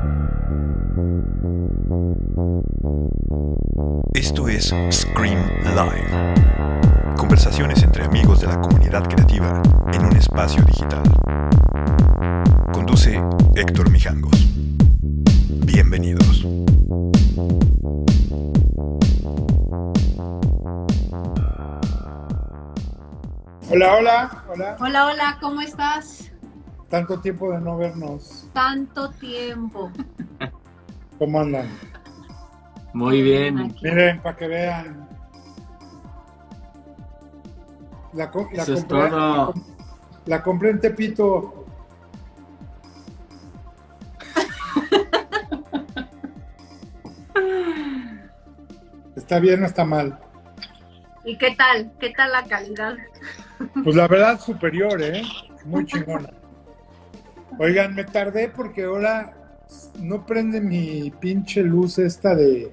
Esto es Scream Live. Conversaciones entre amigos de la comunidad creativa en un espacio digital. Conduce Héctor Mijangos. Bienvenidos. Hola, hola, hola. Hola, hola, ¿cómo estás? Tanto tiempo de no vernos. Tanto tiempo. ¿Cómo andan? Muy bien. Aquí. Miren, para que vean. Eso es todo. La compré en Tepito. ¿Está bien o está mal? ¿Y qué tal? ¿Qué tal la calidad? Pues la verdad superior, ¿eh? Muy chingona. Oigan, me tardé porque ahora no prende mi pinche luz esta de...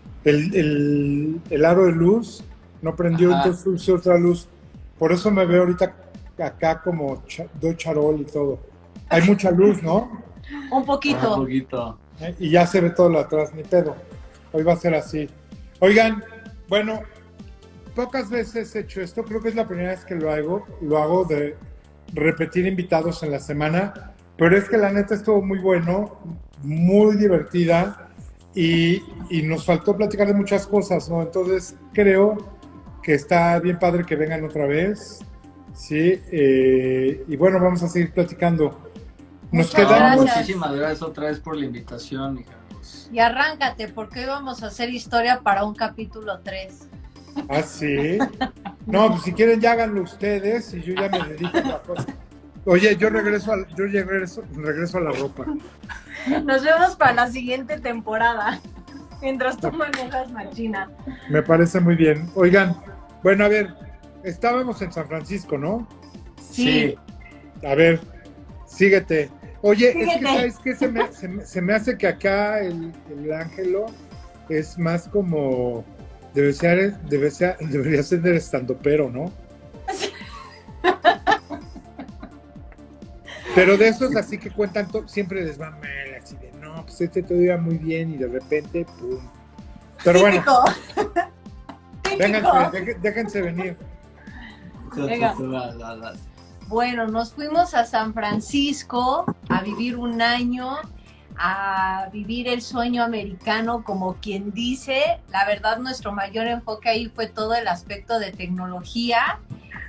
El aro de luz no prendió, Ajá. entonces puse otra luz. Por eso me veo ahorita acá como doy charol y todo. Hay mucha luz, ¿no? Un poquito. Un poquito. Y ya se ve todo lo atrás, ni pedo. Hoy va a ser así. Oigan, bueno, pocas veces he hecho esto, creo que es la primera vez que lo hago de repetir invitados en la semana, pero es que la neta estuvo muy bueno, muy divertida y nos faltó platicar de muchas cosas, ¿no? Entonces creo que está bien padre que vengan otra vez, ¿sí? Y bueno, vamos a seguir platicando. Nos Muchas quedamos... gracias. Muchísimas gracias otra vez por la invitación, hija. Y arráncate, porque hoy vamos a hacer historia para un capítulo 3. ¿Ah, sí? No, pues si quieren ya háganlo ustedes y yo ya me dedico a otra cosa. Oye, yo regreso a la ropa. Nos vemos para la siguiente temporada, mientras tú manejas machina. Me parece muy bien. Oigan, bueno, a ver, estábamos en San Francisco, ¿no? Sí. A ver, síguete. Oye, Síguete. es que ¿sabes qué? Se me hace que acá el Ángelo es más como... debería ser del estandopero, ¿no? Pero de esos así que cuentan, siempre les va mal, así de, no, pues todo iba muy bien y de repente, pum. Pero bueno, Típico. déjense venir. Venga. Bueno, nos fuimos a San Francisco a vivir un año, a vivir el sueño americano, como quien dice. La verdad, nuestro mayor enfoque ahí fue todo el aspecto de tecnología.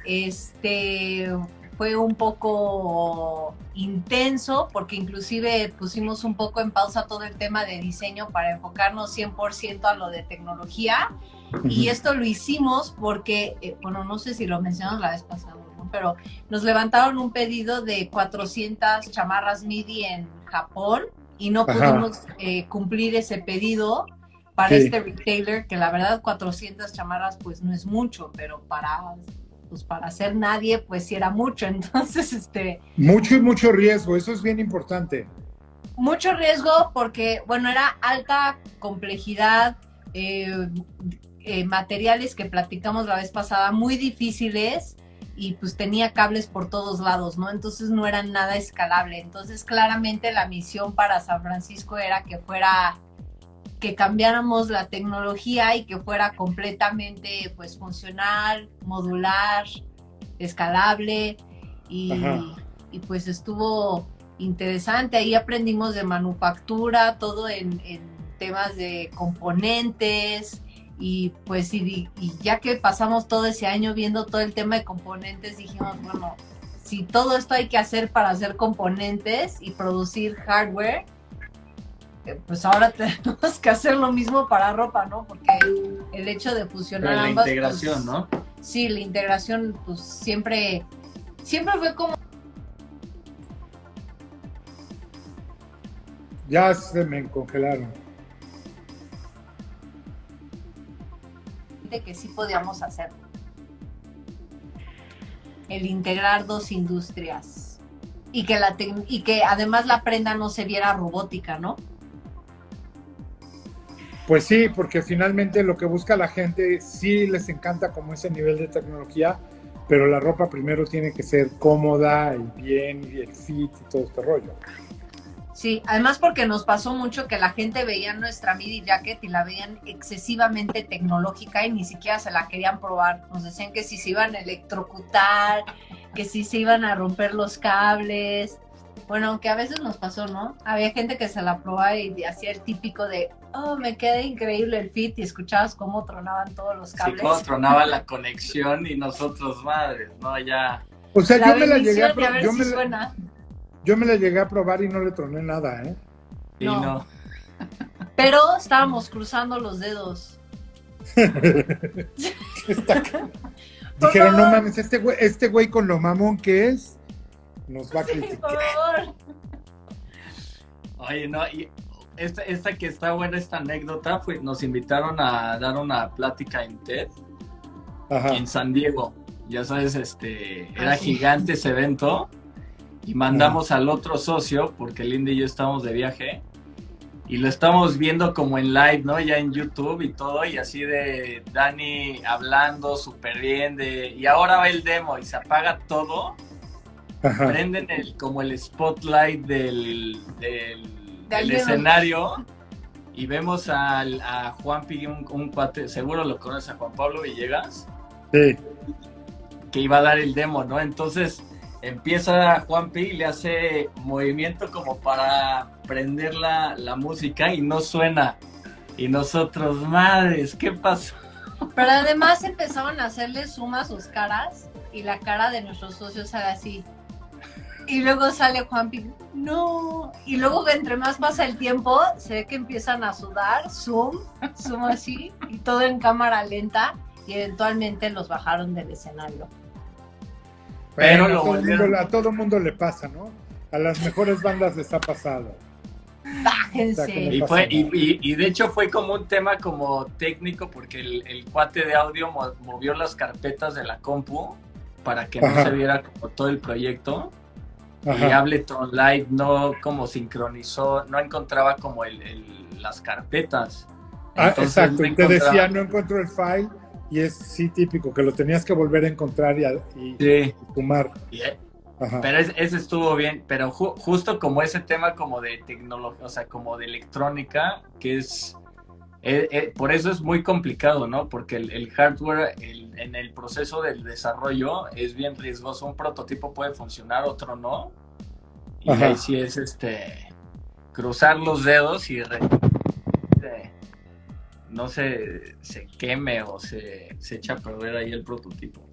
Fue un poco intenso porque inclusive pusimos un poco en pausa todo el tema de diseño para enfocarnos 100% a lo de tecnología. Y esto lo hicimos porque, bueno, no sé si lo mencionamos la vez pasada, ¿no? Pero nos levantaron un pedido de 400 chamarras MIDI en Japón y no pudimos cumplir ese pedido para este retailer, que la verdad 400 chamarras pues no es mucho, pero para ser nadie pues sí era mucho. Entonces, Mucho y mucho riesgo, eso es bien importante. Mucho riesgo porque, bueno, era alta complejidad, materiales que platicamos la vez pasada muy difíciles y pues tenía cables por todos lados, ¿no? Entonces no era nada escalable. Entonces claramente la misión para San Francisco era que cambiáramos la tecnología y que fuera completamente pues funcional, modular, escalable y pues estuvo interesante. Ahí aprendimos de manufactura, todo en temas de componentes y pues y ya que pasamos todo ese año viendo todo el tema de componentes, dijimos, bueno, si todo esto hay que hacer para hacer componentes y producir hardware, pues ahora tenemos que hacer lo mismo para ropa, ¿no? Porque el hecho de fusionar la ambas, integración, pues, ¿no? Sí, la integración pues siempre fue como... Ya se me congelaron. que sí podíamos hacerlo. El integrar dos industrias y que además la prenda no se viera robótica, ¿no? Pues sí, porque finalmente lo que busca la gente sí les encanta como ese nivel de tecnología, pero la ropa primero tiene que ser cómoda y bien, y el fit y todo este rollo. Sí, además porque nos pasó mucho que la gente veía nuestra MIDI jacket y la veían excesivamente tecnológica y ni siquiera se la querían probar. Nos decían que si se iban a electrocutar, que si se iban a romper los cables. Bueno, aunque a veces nos pasó, ¿no? Había gente que se la probaba y hacía el típico de, oh, me queda increíble el fit, y escuchabas cómo tronaban todos los cables. Sí, cómo tronaba la conexión y nosotros, madres, ¿no? Ya. O sea, yo me la llegué a probar. Yo me la llegué a probar y no le troné nada, ¿eh? Sí, no. Pero estábamos cruzando los dedos. Dijeron, no mames, este güey con lo mamón que es, nos va a criticar. Por favor. Oye, no, y esta que está buena, esta anécdota, nos invitaron a dar una plática en TED, en San Diego. Ya sabes, era gigante ese evento, y mandamos al otro socio, porque Linda y yo estábamos de viaje, y lo estamos viendo como en live, ¿no? Ya en YouTube y todo, y así de Dani hablando súper bien, y ahora va el demo, y se apaga todo. Ajá. Prenden como el spotlight del escenario y vemos a Juanpi, un cuate, seguro lo conoces, a Juan Pablo Villegas, sí, que iba a dar el demo, ¿no? Entonces empieza Juanpi y le hace movimiento como para prender la música y no suena. Y nosotros, madres, ¿qué pasó? Pero además empezaban a hacerle zoom a sus caras y la cara de nuestros socios sale así. Y luego sale Juanpi, no. Y luego entre más pasa el tiempo, se ve que empiezan a sudar, zoom así, y todo en cámara lenta, y eventualmente los bajaron del escenario. Pero a todo mundo le pasa, ¿no? A las mejores bandas les ha pasado. Bájense. Y de hecho fue como un tema como técnico, porque el cuate de audio movió las carpetas de la compu para que no se viera como todo el proyecto. Ajá. Y Ableton Live no como sincronizó, no encontraba como las carpetas. Entonces, exacto, y te decía, no encuentro el file, y es sí típico, que lo tenías que volver a encontrar y sumar. Pero ese estuvo bien, pero justo como ese tema como de tecnología, o sea, como de electrónica, que es por eso es muy complicado, ¿no? Porque el hardware en el proceso del desarrollo es bien riesgoso. Un prototipo puede funcionar, otro no. Y ahí sí es cruzar los dedos y no se queme o se echa a perder ahí el prototipo.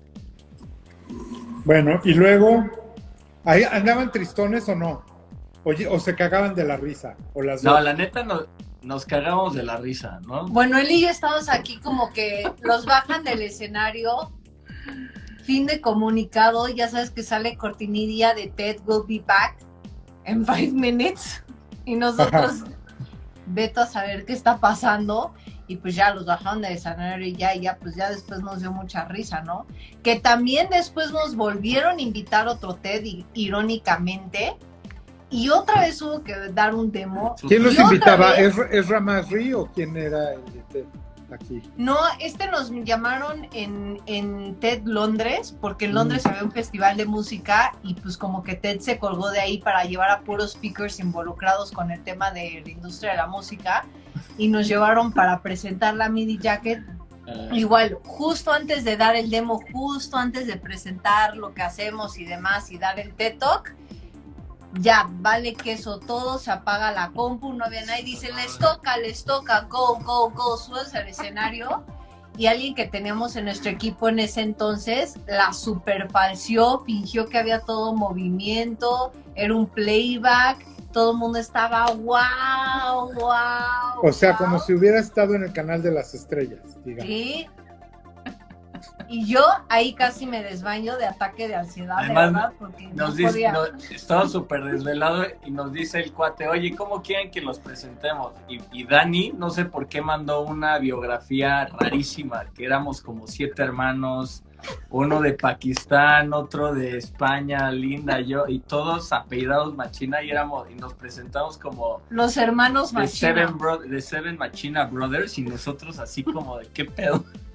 Bueno, y luego, ¿ahí andaban tristones o no? O se cagaban de la risa, o las dos. No, la neta nos cagamos de la risa, ¿no? Bueno, él y yo estamos aquí como que los bajan del escenario, fin de comunicado, ya sabes que sale cortinilla de Ted will be back en 5 minutes, y nosotros, veto a saber qué está pasando, y pues ya los bajaron del escenario y ya pues ya después nos dio mucha risa, ¿no? Que también después nos volvieron a invitar otro TED, irónicamente, y otra vez hubo que dar un demo. ¿Quién los invitaba? ¿Es Ramasri o quién era el de TED aquí? No, nos llamaron en TED Londres, porque en Londres había un festival de música y pues como que TED se colgó de ahí para llevar a puros speakers involucrados con el tema de la industria de la música, y nos llevaron para presentar la MIDI jacket. Igual, justo antes de dar el demo, justo antes de presentar lo que hacemos y demás y dar el TED Talk, ya, vale queso todo, se apaga la compu, no había nadie, dicen, les toca, go, subes al escenario, y alguien que teníamos en nuestro equipo en ese entonces, la super falseó, fingió que había todo movimiento, era un playback, todo el mundo estaba wow. O sea, como si hubiera estado en el canal de las estrellas, digamos. Sí. Y yo ahí casi me desbaño de ataque de ansiedad, además, de verdad, porque estaba súper desvelado y nos dice el cuate, oye, ¿cómo quieren que los presentemos? Y Dani, no sé por qué, mandó una biografía rarísima, que éramos como 7 hermanos, uno de Pakistán, otro de España, Linda, yo, y todos apellidados Machina, y nos presentamos como los hermanos Machina. The Seven Machina Brothers, y nosotros así como de, ¿qué pedo?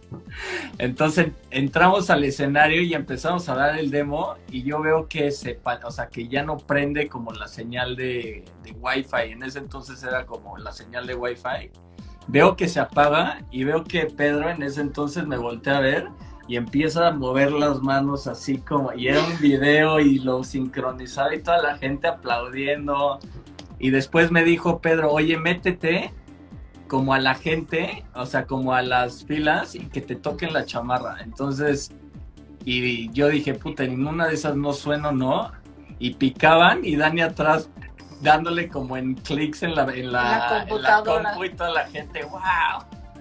Entonces entramos al escenario y empezamos a dar el demo y yo veo que que ya no prende como la señal de Wi-Fi. En ese entonces era como la señal de Wi-Fi. Veo que se apaga y veo que Pedro en ese entonces me voltea a ver y empieza a mover las manos así como, y era un video y lo sincronizaba y toda la gente aplaudiendo. Y después me dijo Pedro, oye, métete como a la gente, o sea, como a las filas y que te toquen la chamarra. Entonces, y yo dije, puta, en una de esas no sueno, ¿no? Y picaban y Dani atrás dándole como en clics en la compu y toda la gente, wow.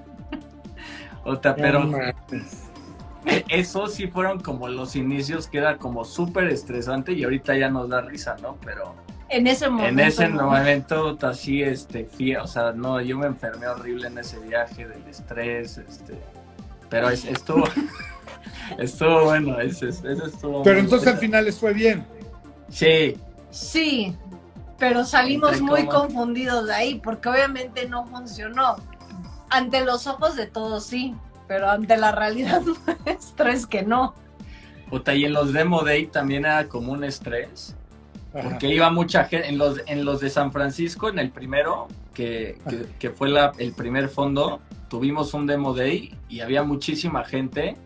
O sea, pero eso sí fueron como los inicios que era como súper estresante y ahorita ya nos da risa, ¿no? Pero en ese momento así, o sea, no, yo me enfermé horrible en ese viaje del estrés, pero estuvo bueno, eso estuvo. Pero entonces al final les fue bien. Sí, pero salimos muy confundidos de ahí, porque obviamente no funcionó. Ante los ojos de todos sí, pero ante la realidad nuestra es que no. Puta, y en los Demo Day también era como un estrés. Porque iba mucha gente, en los de San Francisco, en el primero, que fue el primer fondo, tuvimos un Demo Day y había muchísima gente.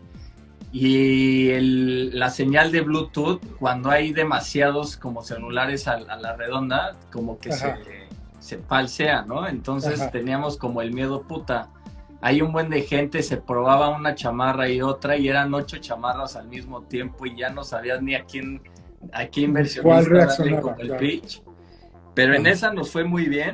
Y la señal de Bluetooth, cuando hay demasiados como celulares a la redonda, como que se falsea, ¿no? Entonces teníamos como el miedo, puta, hay un buen de gente, se probaba una chamarra y otra, y eran 8 chamarras al mismo tiempo, y ya no sabías ni a quién inversionista darle como el pitch. Pero en esa nos fue muy bien.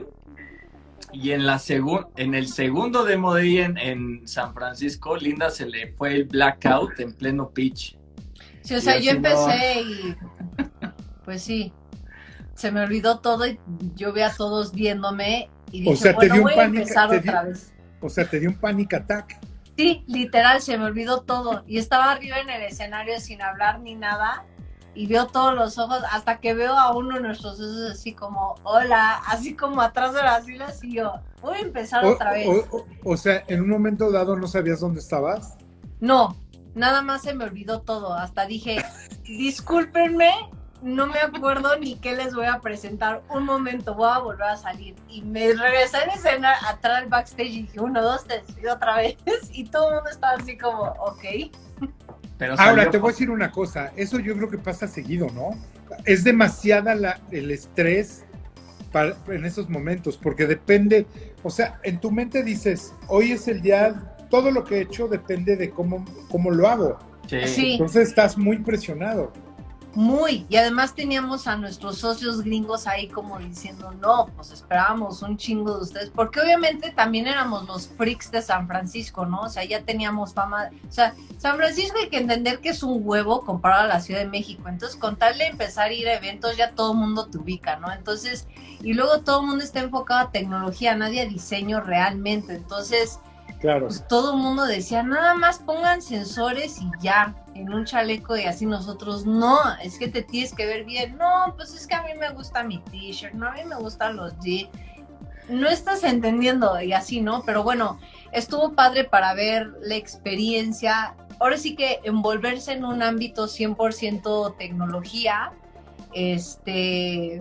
Y en el segundo Demo Day en San Francisco, Linda se le fue el blackout en pleno pitch. Sí, o sea, yo empecé y pues sí, se me olvidó todo y yo vi a todos viéndome y dije, o sea, bueno, voy a empezar otra vez. O sea, te dio un panic attack. Sí, literal, se me olvidó todo. Y estaba arriba en el escenario sin hablar ni nada. Y veo todos los ojos, hasta que veo a uno de nuestros ojos así como, hola, así como atrás de las filas, y yo, voy a empezar otra vez. O sea, en un momento dado no sabías dónde estabas. No, nada más se me olvidó todo. Hasta dije, discúlpenme, no me acuerdo ni qué les voy a presentar. Un momento, voy a volver a salir. Y me regresé en escena, atrás del backstage, y dije, 1, 2, 3, y otra vez. Y todo el mundo estaba así como, ok. Pero ahora te voy a decir una cosa, eso yo creo que pasa seguido, ¿no? Es demasiada el estrés en esos momentos, porque depende, o sea, en tu mente dices, hoy es el día, todo lo que he hecho depende de cómo lo hago. Sí. Entonces estás muy presionado. Muy, y además teníamos a nuestros socios gringos ahí como diciendo, no, pues esperábamos un chingo de ustedes, porque obviamente también éramos los freaks de San Francisco, ¿no? O sea, ya teníamos fama, o sea, San Francisco hay que entender que es un huevo comparado a la Ciudad de México, entonces con tal de empezar a ir a eventos ya todo el mundo te ubica, ¿no? Entonces, y luego todo el mundo está enfocado a tecnología, nadie a diseño realmente, entonces... Claro. Pues todo el mundo decía, nada más pongan sensores y ya, en un chaleco, y así nosotros, no, es que te tienes que ver bien, no, pues es que a mí me gusta mi t-shirt, no, a mí me gustan los jeans, no estás entendiendo, y así, ¿no? Pero bueno, estuvo padre para ver la experiencia, ahora sí que envolverse en un ámbito 100% tecnología, y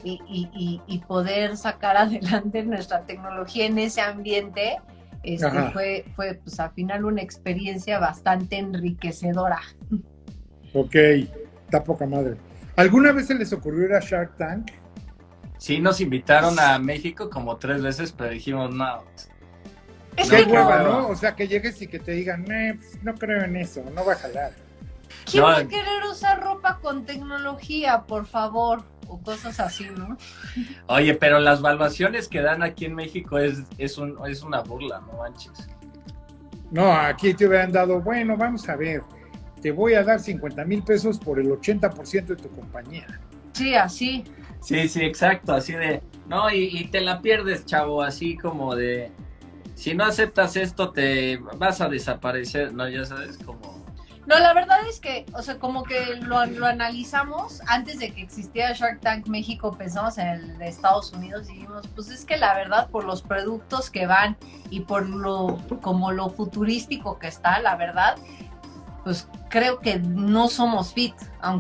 poder sacar adelante nuestra tecnología en ese ambiente, fue pues al final una experiencia bastante enriquecedora. Ok, está poca madre. ¿Alguna vez se les ocurrió ir a Shark Tank? Sí, nos invitaron a México como 3 veces, pero dijimos no. Qué hueva, ¿no? O sea, que llegues y que te digan, pues, no creo en eso, no va a jalar. ¿Quién va a querer usar ropa con tecnología, por favor? O cosas así, ¿no? Oye, pero las valuaciones que dan aquí en México es una burla, no manches. No, aquí te hubieran dado, bueno, vamos a ver, te voy a dar 50,000 pesos por el 80% de tu compañía. Sí, así. Sí, exacto, así de, no, y te la pierdes, chavo, así como de, si no aceptas esto te vas a desaparecer, ¿no? Ya sabes, como... No, la verdad es que, o sea, como que lo analizamos antes de que existiera Shark Tank México, pensamos en el de Estados Unidos y dijimos, pues es que la verdad, por los productos que van y por como lo futurístico que está, la verdad, pues creo que no somos fit,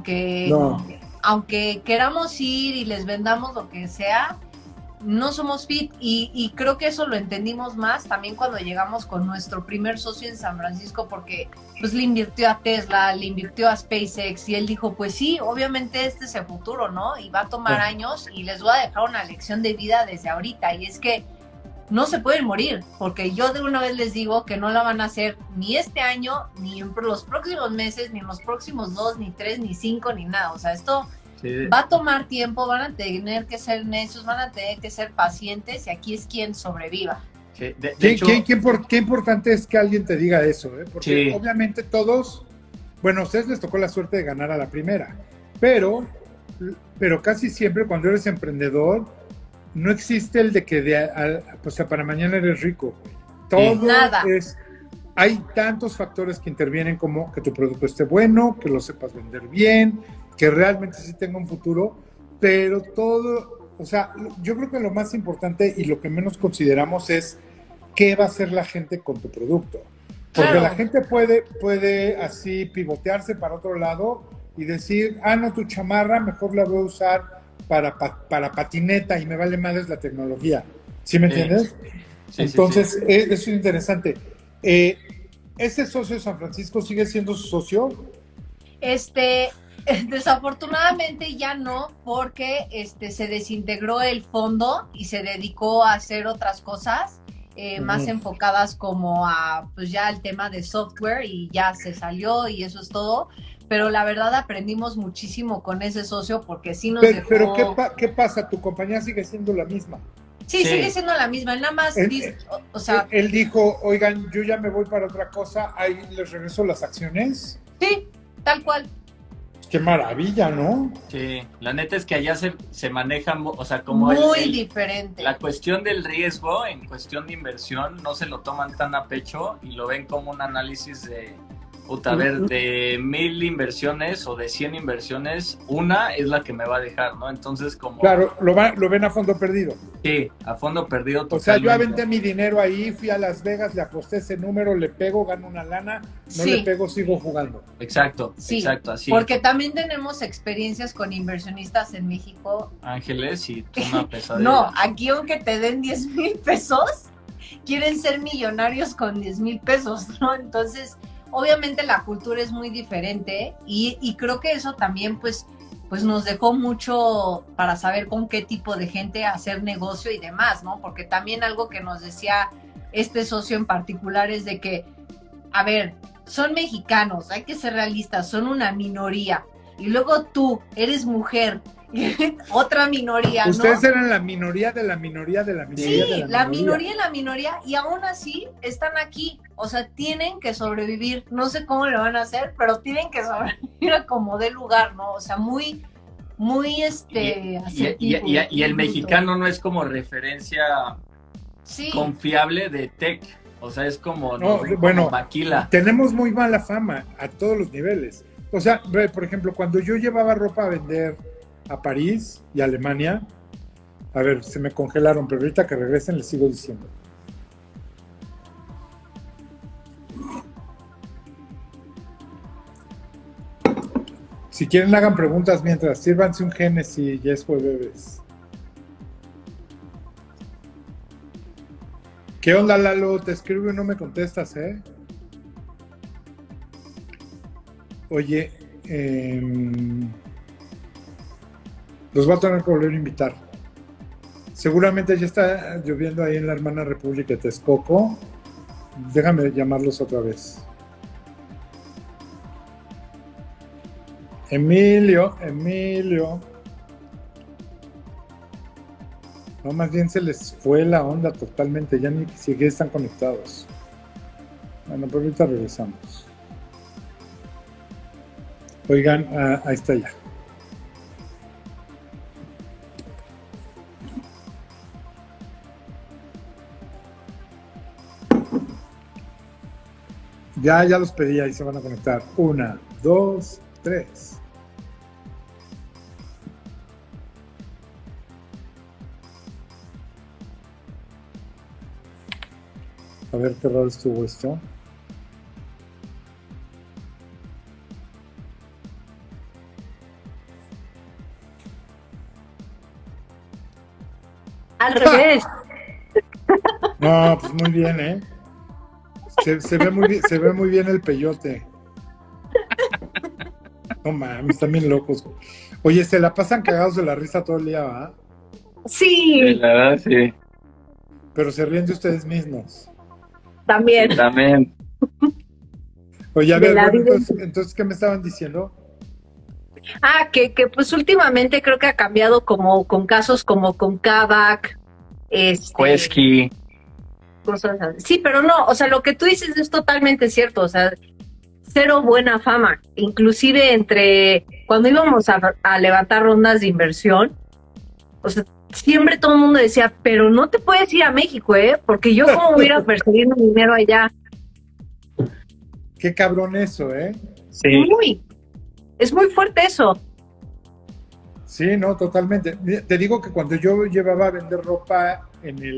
aunque queramos ir y les vendamos lo que sea, no somos fit y creo que eso lo entendimos más también cuando llegamos con nuestro primer socio en San Francisco, porque pues le invirtió a Tesla, le invirtió a SpaceX y él dijo, pues sí, obviamente este es el futuro, ¿no? Y va a tomar años y les voy a dejar una lección de vida desde ahorita, y es que no se pueden morir, porque yo de una vez les digo que no la van a hacer ni este año, ni en los próximos meses, ni en los próximos 2, ni 3, ni 5, ni nada. O sea, esto va a tomar tiempo, van a tener que ser necios, van a tener que ser pacientes, y aquí es quien sobreviva. Sí, de hecho, qué importante es que alguien te diga eso, ¿eh? Porque obviamente todos, bueno, a ustedes les tocó la suerte de ganar a la primera, pero casi siempre cuando eres emprendedor, no existe el de que pues para mañana eres rico. Todo hay tantos factores que intervienen, como que tu producto esté bueno, que lo sepas vender bien, que realmente sí tenga un futuro, pero todo, o sea, yo creo que lo más importante y lo que menos consideramos es qué va a hacer la gente con tu producto. Porque la gente puede así pivotearse para otro lado y decir, no, tu chamarra mejor la voy a usar para patineta y me vale madres la tecnología. ¿Sí me entiendes? Sí, entonces, sí. Eso es interesante. ¿Ese socio de San Francisco sigue siendo su socio? Desafortunadamente ya no, porque se desintegró el fondo y se dedicó a hacer otras cosas más enfocadas como a, pues ya el tema de software, y ya se salió y eso es todo. Pero la verdad aprendimos muchísimo con ese socio, porque sí nos dejó... Pero ¿qué pasa? ¿Tu compañía sigue siendo la misma? Sí, sigue siendo la misma. Él nada más... Él dijo, oigan, yo ya me voy para otra cosa, ahí les regreso las acciones. Sí, tal cual. Qué maravilla, ¿no? Sí, la neta es que allá se maneja, o sea, como muy diferente. La cuestión del riesgo en cuestión de inversión no se lo toman tan a pecho y lo ven como un análisis de... a ver, de 1000 inversiones o de 100 inversiones, una es la que me va a dejar, ¿no? Entonces, como... Claro, lo ven a fondo perdido. Sí, a fondo perdido totalmente. O sea, yo aventé mi dinero ahí, fui a Las Vegas, le aposté ese número, le pego, gano una lana, no le pego, sigo jugando. Exacto, exacto, así. Porque también tenemos experiencias con inversionistas en México. Ángeles, y tú una pesadilla. No, aquí aunque te den 10,000 pesos, quieren ser millonarios con 10,000 pesos, ¿no? Entonces... obviamente la cultura es muy diferente y creo que eso también pues nos dejó mucho para saber con qué tipo de gente hacer negocio y demás, ¿no? Porque también algo que nos decía este socio en particular es de que, a ver, son mexicanos, hay que ser realistas, son una minoría, y luego tú eres mujer, otra minoría, ¿no? Ustedes eran la minoría de la minoría de la minoría. Sí, la minoría y la minoría, y aún así están aquí. O sea, tienen que sobrevivir. No sé cómo lo van a hacer, pero tienen que sobrevivir a como dé lugar, ¿no? O sea, muy y el mexicano no es como referencia confiable de tech. O sea, es como, bueno, maquila. Tenemos muy mala fama a todos los niveles. O sea, por ejemplo, cuando yo llevaba ropa a vender a París y a Alemania, a ver, se me congelaron, pero ahorita que regresen les sigo diciendo. Si quieren hagan preguntas mientras, sírvanse un Genesis, ya es jueves. ¿Qué onda, Lalo? Te escribo y no me contestas, ¿eh? Oye, los voy a tener que volver a invitar. Seguramente ya está lloviendo ahí en la hermana República de Texcoco. Déjame llamarlos otra vez. Emilio. No, más bien se les fue la onda totalmente. Ya ni siquiera están conectados. Bueno, pero ahorita regresamos. Oigan, ahí está ya. Ya los pedí, ahí se van a conectar. 1, 2, 3. A ver qué raro estuvo esto. Al revés. No, pues muy bien, ¿eh? Se ve muy bien el peyote. No mames, están bien locos. Oye, se la pasan cagados de la risa todo el día, ¿va? Sí. La verdad, sí. Pero se ríen de ustedes mismos. También. También. Oye, a ver, bueno, entonces, ¿qué me estaban diciendo? Que pues últimamente creo que ha cambiado como con casos como con Kavak, Quesky. cosas así. Sí, pero no, o sea, lo que tú dices es totalmente cierto, o sea, cero buena fama, inclusive entre cuando íbamos a levantar rondas de inversión, o sea, siempre todo el mundo decía, pero no te puedes ir a México, porque yo cómo hubiera perseguido mi dinero allá. Qué cabrón eso, ¿eh? Sí. Es muy fuerte eso. Sí, no, totalmente. Te digo que cuando yo llevaba a vender ropa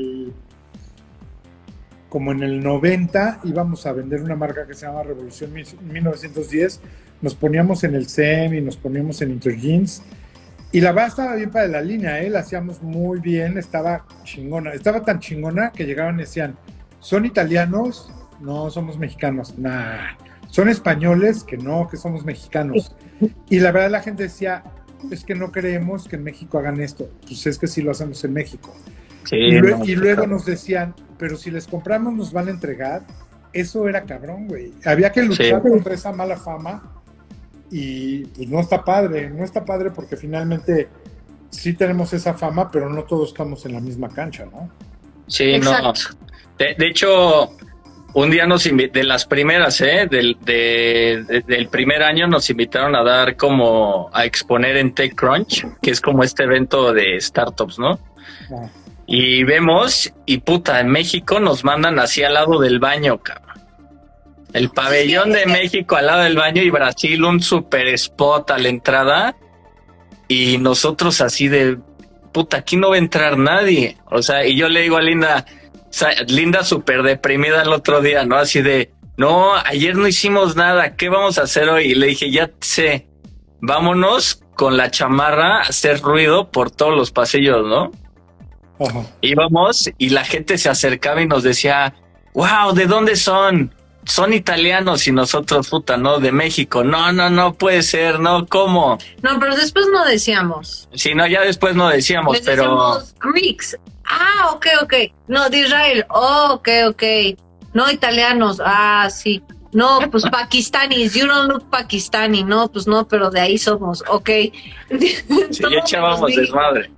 como en el 90, íbamos a vender una marca que se llama Revolución 1910, nos poníamos en el SEM y nos poníamos en Interjeans, y la verdad estaba bien para la línea, la hacíamos muy bien, estaba chingona, estaba tan chingona que llegaban y decían, ¿son italianos? No, somos mexicanos. Nah. ¿Son españoles? Que no, que somos mexicanos. Y la verdad la gente decía, es que no creemos que en México hagan esto. Pues es que sí lo hacemos en México. Sí, y luego nos decían, pero si les compramos nos van a entregar. Eso era cabrón, güey. Había que luchar contra esa mala fama y pues no está padre porque finalmente sí tenemos esa fama, pero no todos estamos en la misma cancha, ¿no? Sí, exacto. no. De hecho, un día de las primeras, del primer año nos invitaron a a exponer en TechCrunch, que es como este evento de startups, ¿no? Ah. Y vemos, y puta, en México nos mandan así al lado del baño, cabrón. El pabellón de México al lado del baño y Brasil un super spot a la entrada. Y nosotros así de, puta, aquí no va a entrar nadie. O sea, y yo le digo a Linda, o sea, Linda súper deprimida el otro día, ¿no? Así de, no, ayer no hicimos nada, ¿qué vamos a hacer hoy? Y le dije, ya sé, vámonos con la chamarra a hacer ruido por todos los pasillos, ¿no? Ajá. Íbamos y la gente se acercaba y nos decía, wow, ¿de dónde son? Son italianos. Y nosotros, puta, ¿no? De México. No puede ser, ¿no? ¿Cómo? No, pero después no decíamos. Sí, no, ya después no decíamos, Les decíamos Greeks. Ok. No, de Israel. Ok. No, italianos. Sí. No, pues pakistanis. You don't look pakistani. No, pues no, pero de ahí somos. Ok. Sí, ya echábamos desmadre.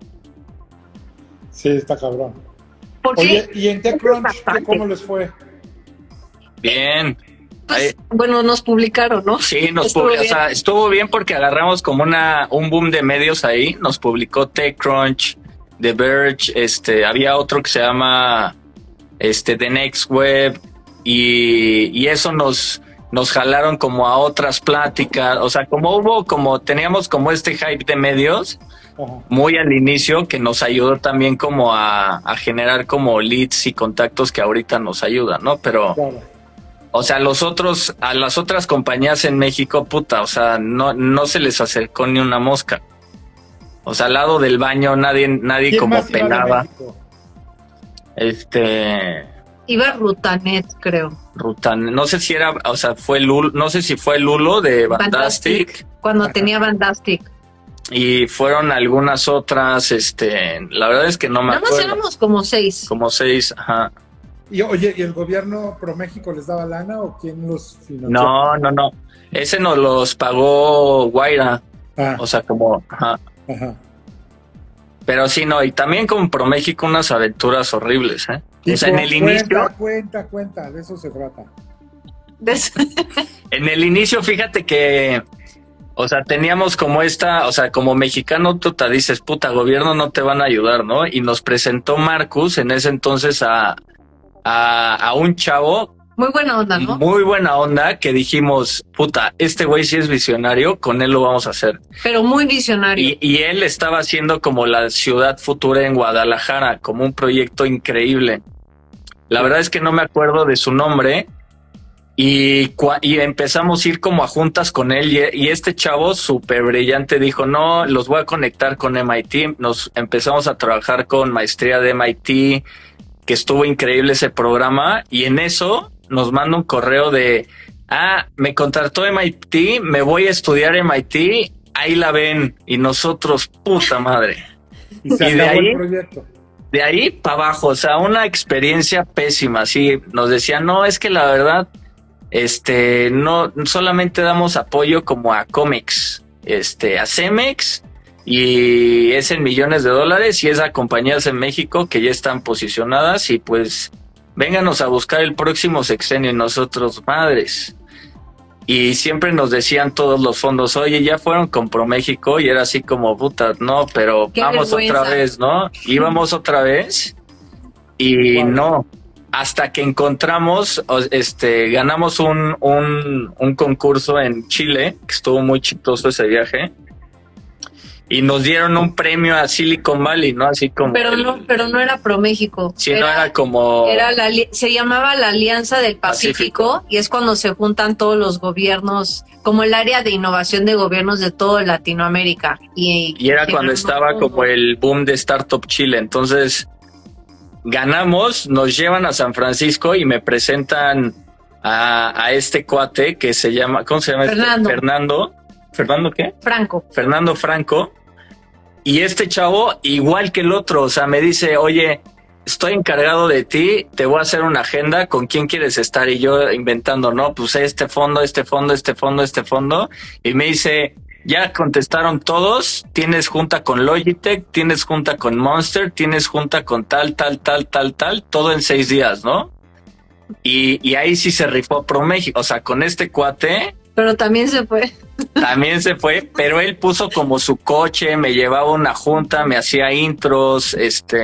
Sí, está cabrón. Oye, ¿y en TechCrunch cómo les fue? Bien. Pues, bueno, nos publicaron, ¿no? Sí, o sea, estuvo bien porque agarramos como un boom de medios ahí. Nos publicó TechCrunch, The Verge, había otro que se llama The Next Web, y eso nos jalaron como a otras pláticas. O sea, teníamos como este hype de medios. Ajá. Muy al inicio, que nos ayudó también como a generar como leads y contactos que ahorita nos ayudan, ¿no? Pero, claro. O sea, a las otras compañías en México, puta, o sea, no se les acercó ni una mosca. O sea, al lado del baño nadie como pelaba. Iba Rutanet, creo. Rutanet, no sé si era, o sea, no sé si fue Lulo de Bandastic. Cuando tenía Bandastic. Y fueron algunas otras, la verdad es que no me acuerdo. Nada más éramos como 6. Como 6, ajá. Y oye, ¿y el gobierno ProMéxico les daba lana o quién los financió? No. Ese nos los pagó Guaira. O sea, como, ajá. Pero sí, no, y también con ProMéxico unas aventuras horribles, ¿eh? O sea, en el inicio... Cuenta, de eso se trata. En el inicio, fíjate que... O sea, teníamos como o sea, como mexicano tú te dices, puta, gobierno no te van a ayudar, ¿no? Y nos presentó Marcus en ese entonces a un chavo Muy buena onda, ¿no? Muy buena onda, que dijimos, puta, este güey sí es visionario, con él lo vamos a hacer. Pero muy visionario. Y él estaba haciendo como la ciudad futura en Guadalajara, como un proyecto increíble. La verdad es que no me acuerdo de su nombre, y empezamos a ir como a juntas con él, y este chavo súper brillante dijo, no, los voy a conectar con MIT. Nos empezamos a trabajar con maestría de MIT, que estuvo increíble ese programa, y en eso nos manda un correo de, me contrató MIT, me voy a estudiar MIT, ahí la ven, y nosotros, puta madre. Y de ahí el proyecto. De ahí para abajo, o sea, una experiencia pésima, sí, nos decían, no, es que la verdad, no solamente damos apoyo como a Comex, a Cemex, y es en millones de dólares, y es a compañías en México que ya están posicionadas, y pues vénganos a buscar el próximo sexenio, y nosotros, madres. Y siempre nos decían todos los fondos, oye, ya fueron con ProMéxico, y era así como, puta, no, pero vamos vergüenza. Otra vez, ¿no? Íbamos otra vez, y wow. No, hasta que encontramos, ganamos un concurso en Chile, que estuvo muy chistoso ese viaje, y nos dieron un premio a Silicon Valley, ¿no? Así como... Pero no era ProMéxico. Sí, no era como... se llamaba la Alianza del Pacífico, y es cuando se juntan todos los gobiernos, como el área de innovación de gobiernos de toda Latinoamérica. Y era cuando estaba como el boom de Startup Chile. Entonces, ganamos, nos llevan a San Francisco y me presentan a este cuate que se llama... ¿Cómo se llama? Fernando. ¿Fernando qué? Franco. Fernando Franco. Y este chavo, igual que el otro, o sea, me dice, oye, estoy encargado de ti, te voy a hacer una agenda, ¿con quién quieres estar? Y yo inventando, no, pues este fondo. Y me dice, ya contestaron todos, tienes junta con Logitech, tienes junta con Monster, tienes junta con tal, todo en 6 días, ¿no? Y ahí sí se rifó ProMéxico, o sea, con este cuate... Pero también se fue. También se fue, pero él puso como su coche, me llevaba a una junta, me hacía intros,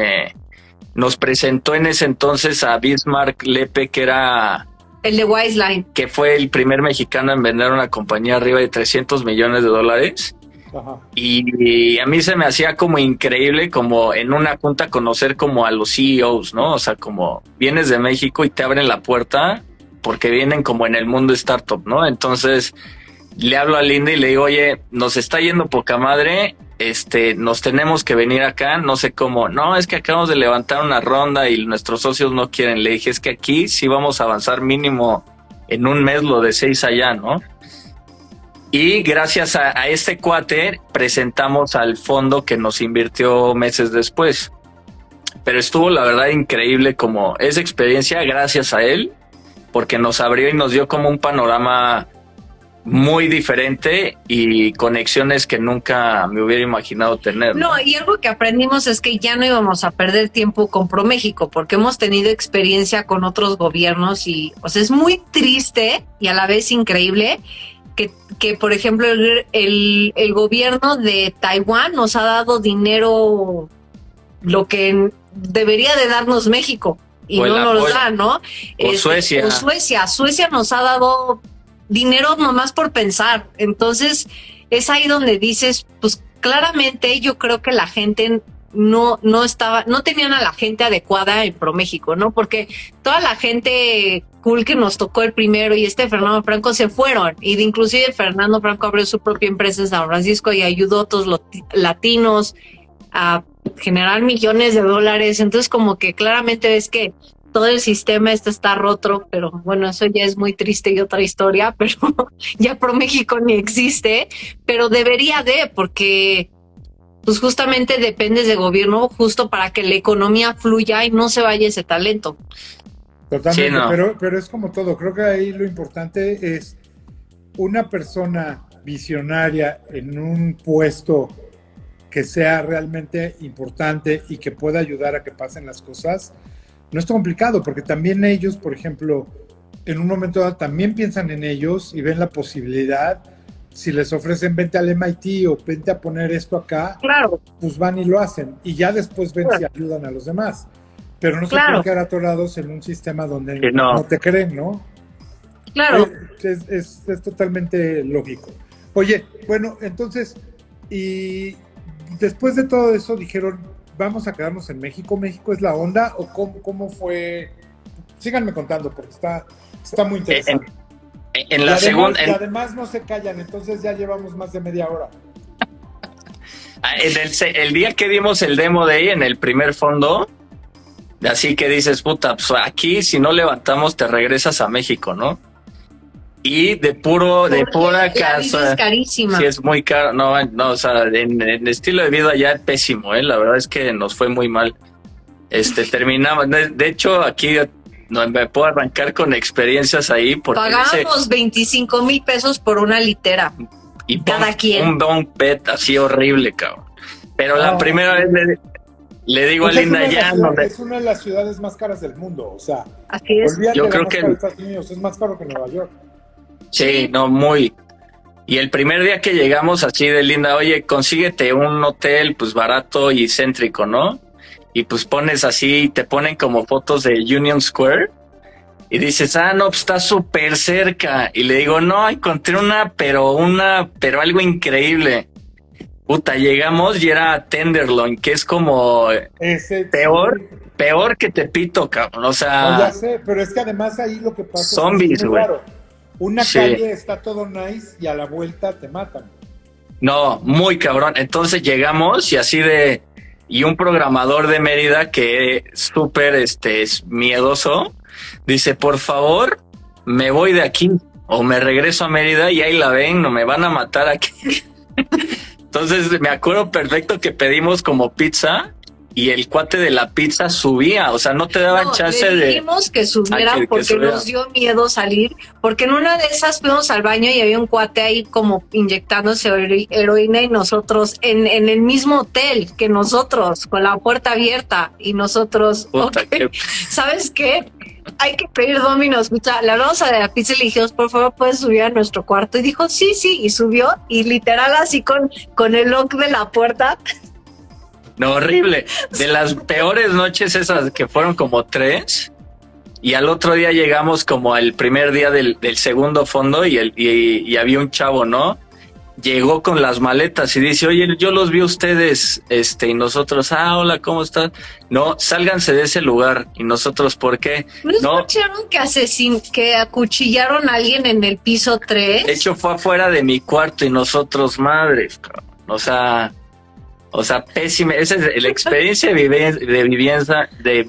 nos presentó en ese entonces a Bismarck Lepe, que era... El de Wiseline. Que fue el primer mexicano en vender una compañía arriba de $300 millones. Ajá. Y a mí se me hacía como increíble, como en una junta conocer como a los CEOs, ¿no? O sea, como vienes de México y te abren la puerta porque vienen como en el mundo startup, ¿no? Entonces le hablo a Linda y le digo, oye, nos está yendo poca madre, nos tenemos que venir acá, no sé cómo. No, es que acabamos de levantar una ronda y nuestros socios no quieren. Le dije, es que aquí sí vamos a avanzar mínimo en un mes lo de 6 allá, ¿no? Y gracias a este cuate presentamos al fondo que nos invirtió meses después. Pero estuvo la verdad increíble como esa experiencia gracias a él, porque nos abrió y nos dio como un panorama muy diferente y conexiones que nunca me hubiera imaginado tener. No, y algo que aprendimos es que ya no íbamos a perder tiempo con ProMéxico, porque hemos tenido experiencia con otros gobiernos y, o sea, es muy triste y a la vez increíble que por ejemplo, el gobierno de Taiwán nos ha dado dinero, lo que debería de darnos México. Y no nos da, ¿no? O Suecia. O Suecia nos ha dado dinero nomás por pensar. Entonces, es ahí donde dices, pues claramente yo creo que la gente no tenían a la gente adecuada en ProMéxico, ¿no? Porque toda la gente cool que nos tocó el primero y Fernando Franco se fueron. Y inclusive Fernando Franco abrió su propia empresa en San Francisco y ayudó a todos los latinos a generar millones de dólares. Entonces como que claramente ves que todo el sistema está roto, pero bueno, eso ya es muy triste y otra historia, pero ya ProMéxico ni existe, pero debería porque pues justamente dependes de gobierno justo para que la economía fluya y no se vaya ese talento. Totalmente, sí, no. pero es como todo, creo que ahí lo importante es una persona visionaria en un puesto que sea realmente importante y que pueda ayudar a que pasen las cosas. No es complicado, porque también ellos, por ejemplo, en un momento dado también piensan en ellos y ven la posibilidad. Si les ofrecen vente al MIT o vente a poner esto acá, claro, pues van y lo hacen. Y ya después ven si ayudan a los demás. pero no se pueden quedar atorados en un sistema donde no te creen, ¿no? Claro. Es totalmente lógico. Oye, bueno, entonces, y después de todo eso dijeron, vamos a quedarnos en México. ¿México es la onda? ¿O cómo fue? Síganme contando, porque está muy interesante. En la segunda... Y además no se callan, entonces ya llevamos más de media hora. El día que dimos el Demo Day en el primer fondo, así que dices, puta, pues aquí si no levantamos te regresas a México, ¿no? Y de pura casa. Es carísima. Sí, es muy caro. No, o sea, en estilo de vida ya es pésimo, la verdad es que nos fue muy mal. Terminamos, de hecho, aquí no me puedo arrancar con experiencias ahí. Porque pagábamos 25,000 pesos por una litera. Y cada quien. Un bunk bed así horrible, cabrón. Pero la primera vez le digo a Linda ya. Es una de las ciudades más caras del mundo, o sea. Así es. Yo creo que Estados Unidos es más caro que Nueva York. Sí, no, muy. Y el primer día que llegamos así de Linda, oye, consíguete un hotel pues barato y céntrico, ¿no? Y pues pones así, te ponen como fotos de Union Square y dices, no, pues está súper cerca. Y le digo, no, encontré pero algo increíble. Puta, llegamos y era Tenderloin, que es como peor que Tepito, cabrón. O sea, no, ya sé, pero es que además ahí lo que pasa zombies, güey. Una calle está todo nice y a la vuelta te matan. No, muy cabrón. Entonces llegamos y un programador de Mérida que es súper es miedoso, dice, por favor, me voy de aquí o me regreso a Mérida y ahí la ven, no me van a matar aquí. Entonces me acuerdo perfecto que pedimos como pizza y el cuate de la pizza subía, o sea, no te daban chance de... Le dijimos que subiera porque nos dio miedo salir, porque en una de esas fuimos al baño y había un cuate ahí como inyectándose heroína y nosotros en el mismo hotel que nosotros, con la puerta abierta y nosotros... Puta, okay. ¿Sabes qué? Hay que pedir Domino's Pizza. Le hablamos a la pizza y le dijimos, por favor, ¿puedes subir a nuestro cuarto? Y dijo, sí, y subió y literal así con el lock de la puerta... No, horrible. De las peores noches esas que fueron como 3 y al otro día llegamos como al primer día del segundo fondo y había un chavo, ¿no? Llegó con las maletas y dice, oye, yo los vi a ustedes, y nosotros, hola, ¿cómo están? No, sálganse de ese lugar. Y nosotros, ¿por qué? ¿No escucharon que acuchillaron a alguien en el piso 3? De hecho, fue afuera de mi cuarto y nosotros, madres, cabrón. O sea, pésima. Esa es la experiencia de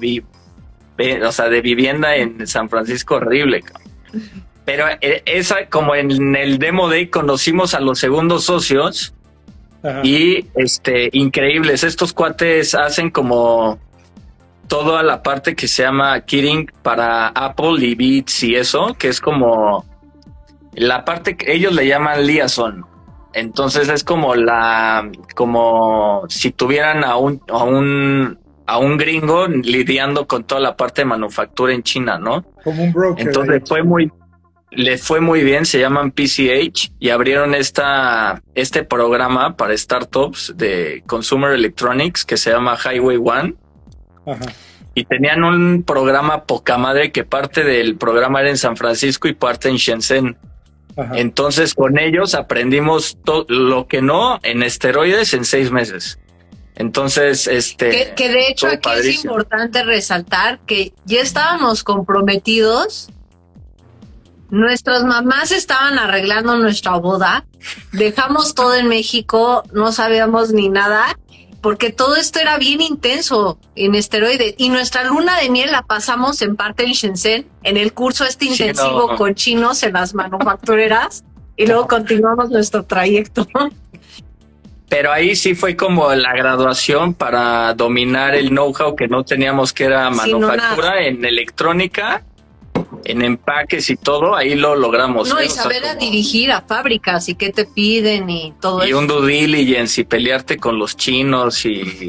vivienda en San Francisco, horrible, cabrón. Pero esa, como en el Demo Day, conocimos a los segundos socios. Ajá. Y increíbles. Estos cuates hacen como toda la parte que se llama kitting para Apple y Beats y eso, que es como la parte que ellos le llaman liaison. Entonces es como si tuvieran a un gringo lidiando con toda la parte de manufactura en China, ¿no? Como un broker. Entonces les fue muy bien, se llaman PCH y abrieron este programa para startups de Consumer Electronics que se llama Highway One. Ajá. Y tenían un programa poca madre que parte del programa era en San Francisco y parte en Shenzhen. Ajá. Entonces con ellos aprendimos lo que no en esteroides en 6 meses. Entonces, que de hecho aquí padrísimo. Es importante resaltar que ya estábamos comprometidos. Nuestras mamás estaban arreglando nuestra boda. Dejamos todo en México, no sabíamos ni nada, porque todo esto era bien intenso en esteroides. Y nuestra luna de miel la pasamos en parte en Shenzhen, en el curso intensivo con chinos en las manufactureras, y luego continuamos nuestro trayecto. Pero ahí sí fue como la graduación para dominar el know-how que no teníamos, que era manufactura en electrónica, en empaques y todo, ahí lo logramos. No, y saber dirigir a fábricas y qué te piden y todo eso. Y un due diligence y pelearte con los chinos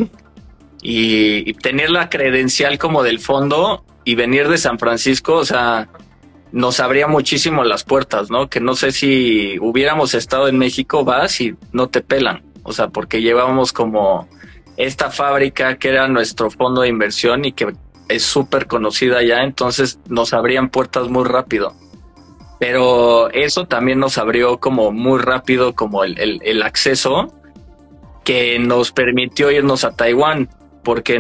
y tener la credencial como del fondo y venir de San Francisco, o sea, nos abría muchísimo las puertas, ¿no? Que no sé si hubiéramos estado en México, vas y no te pelan, o sea, porque llevábamos como esta fábrica que era nuestro fondo de inversión y que es súper conocida ya, entonces nos abrían puertas muy rápido. Pero eso también nos abrió como muy rápido como el acceso que nos permitió irnos a Taiwán, porque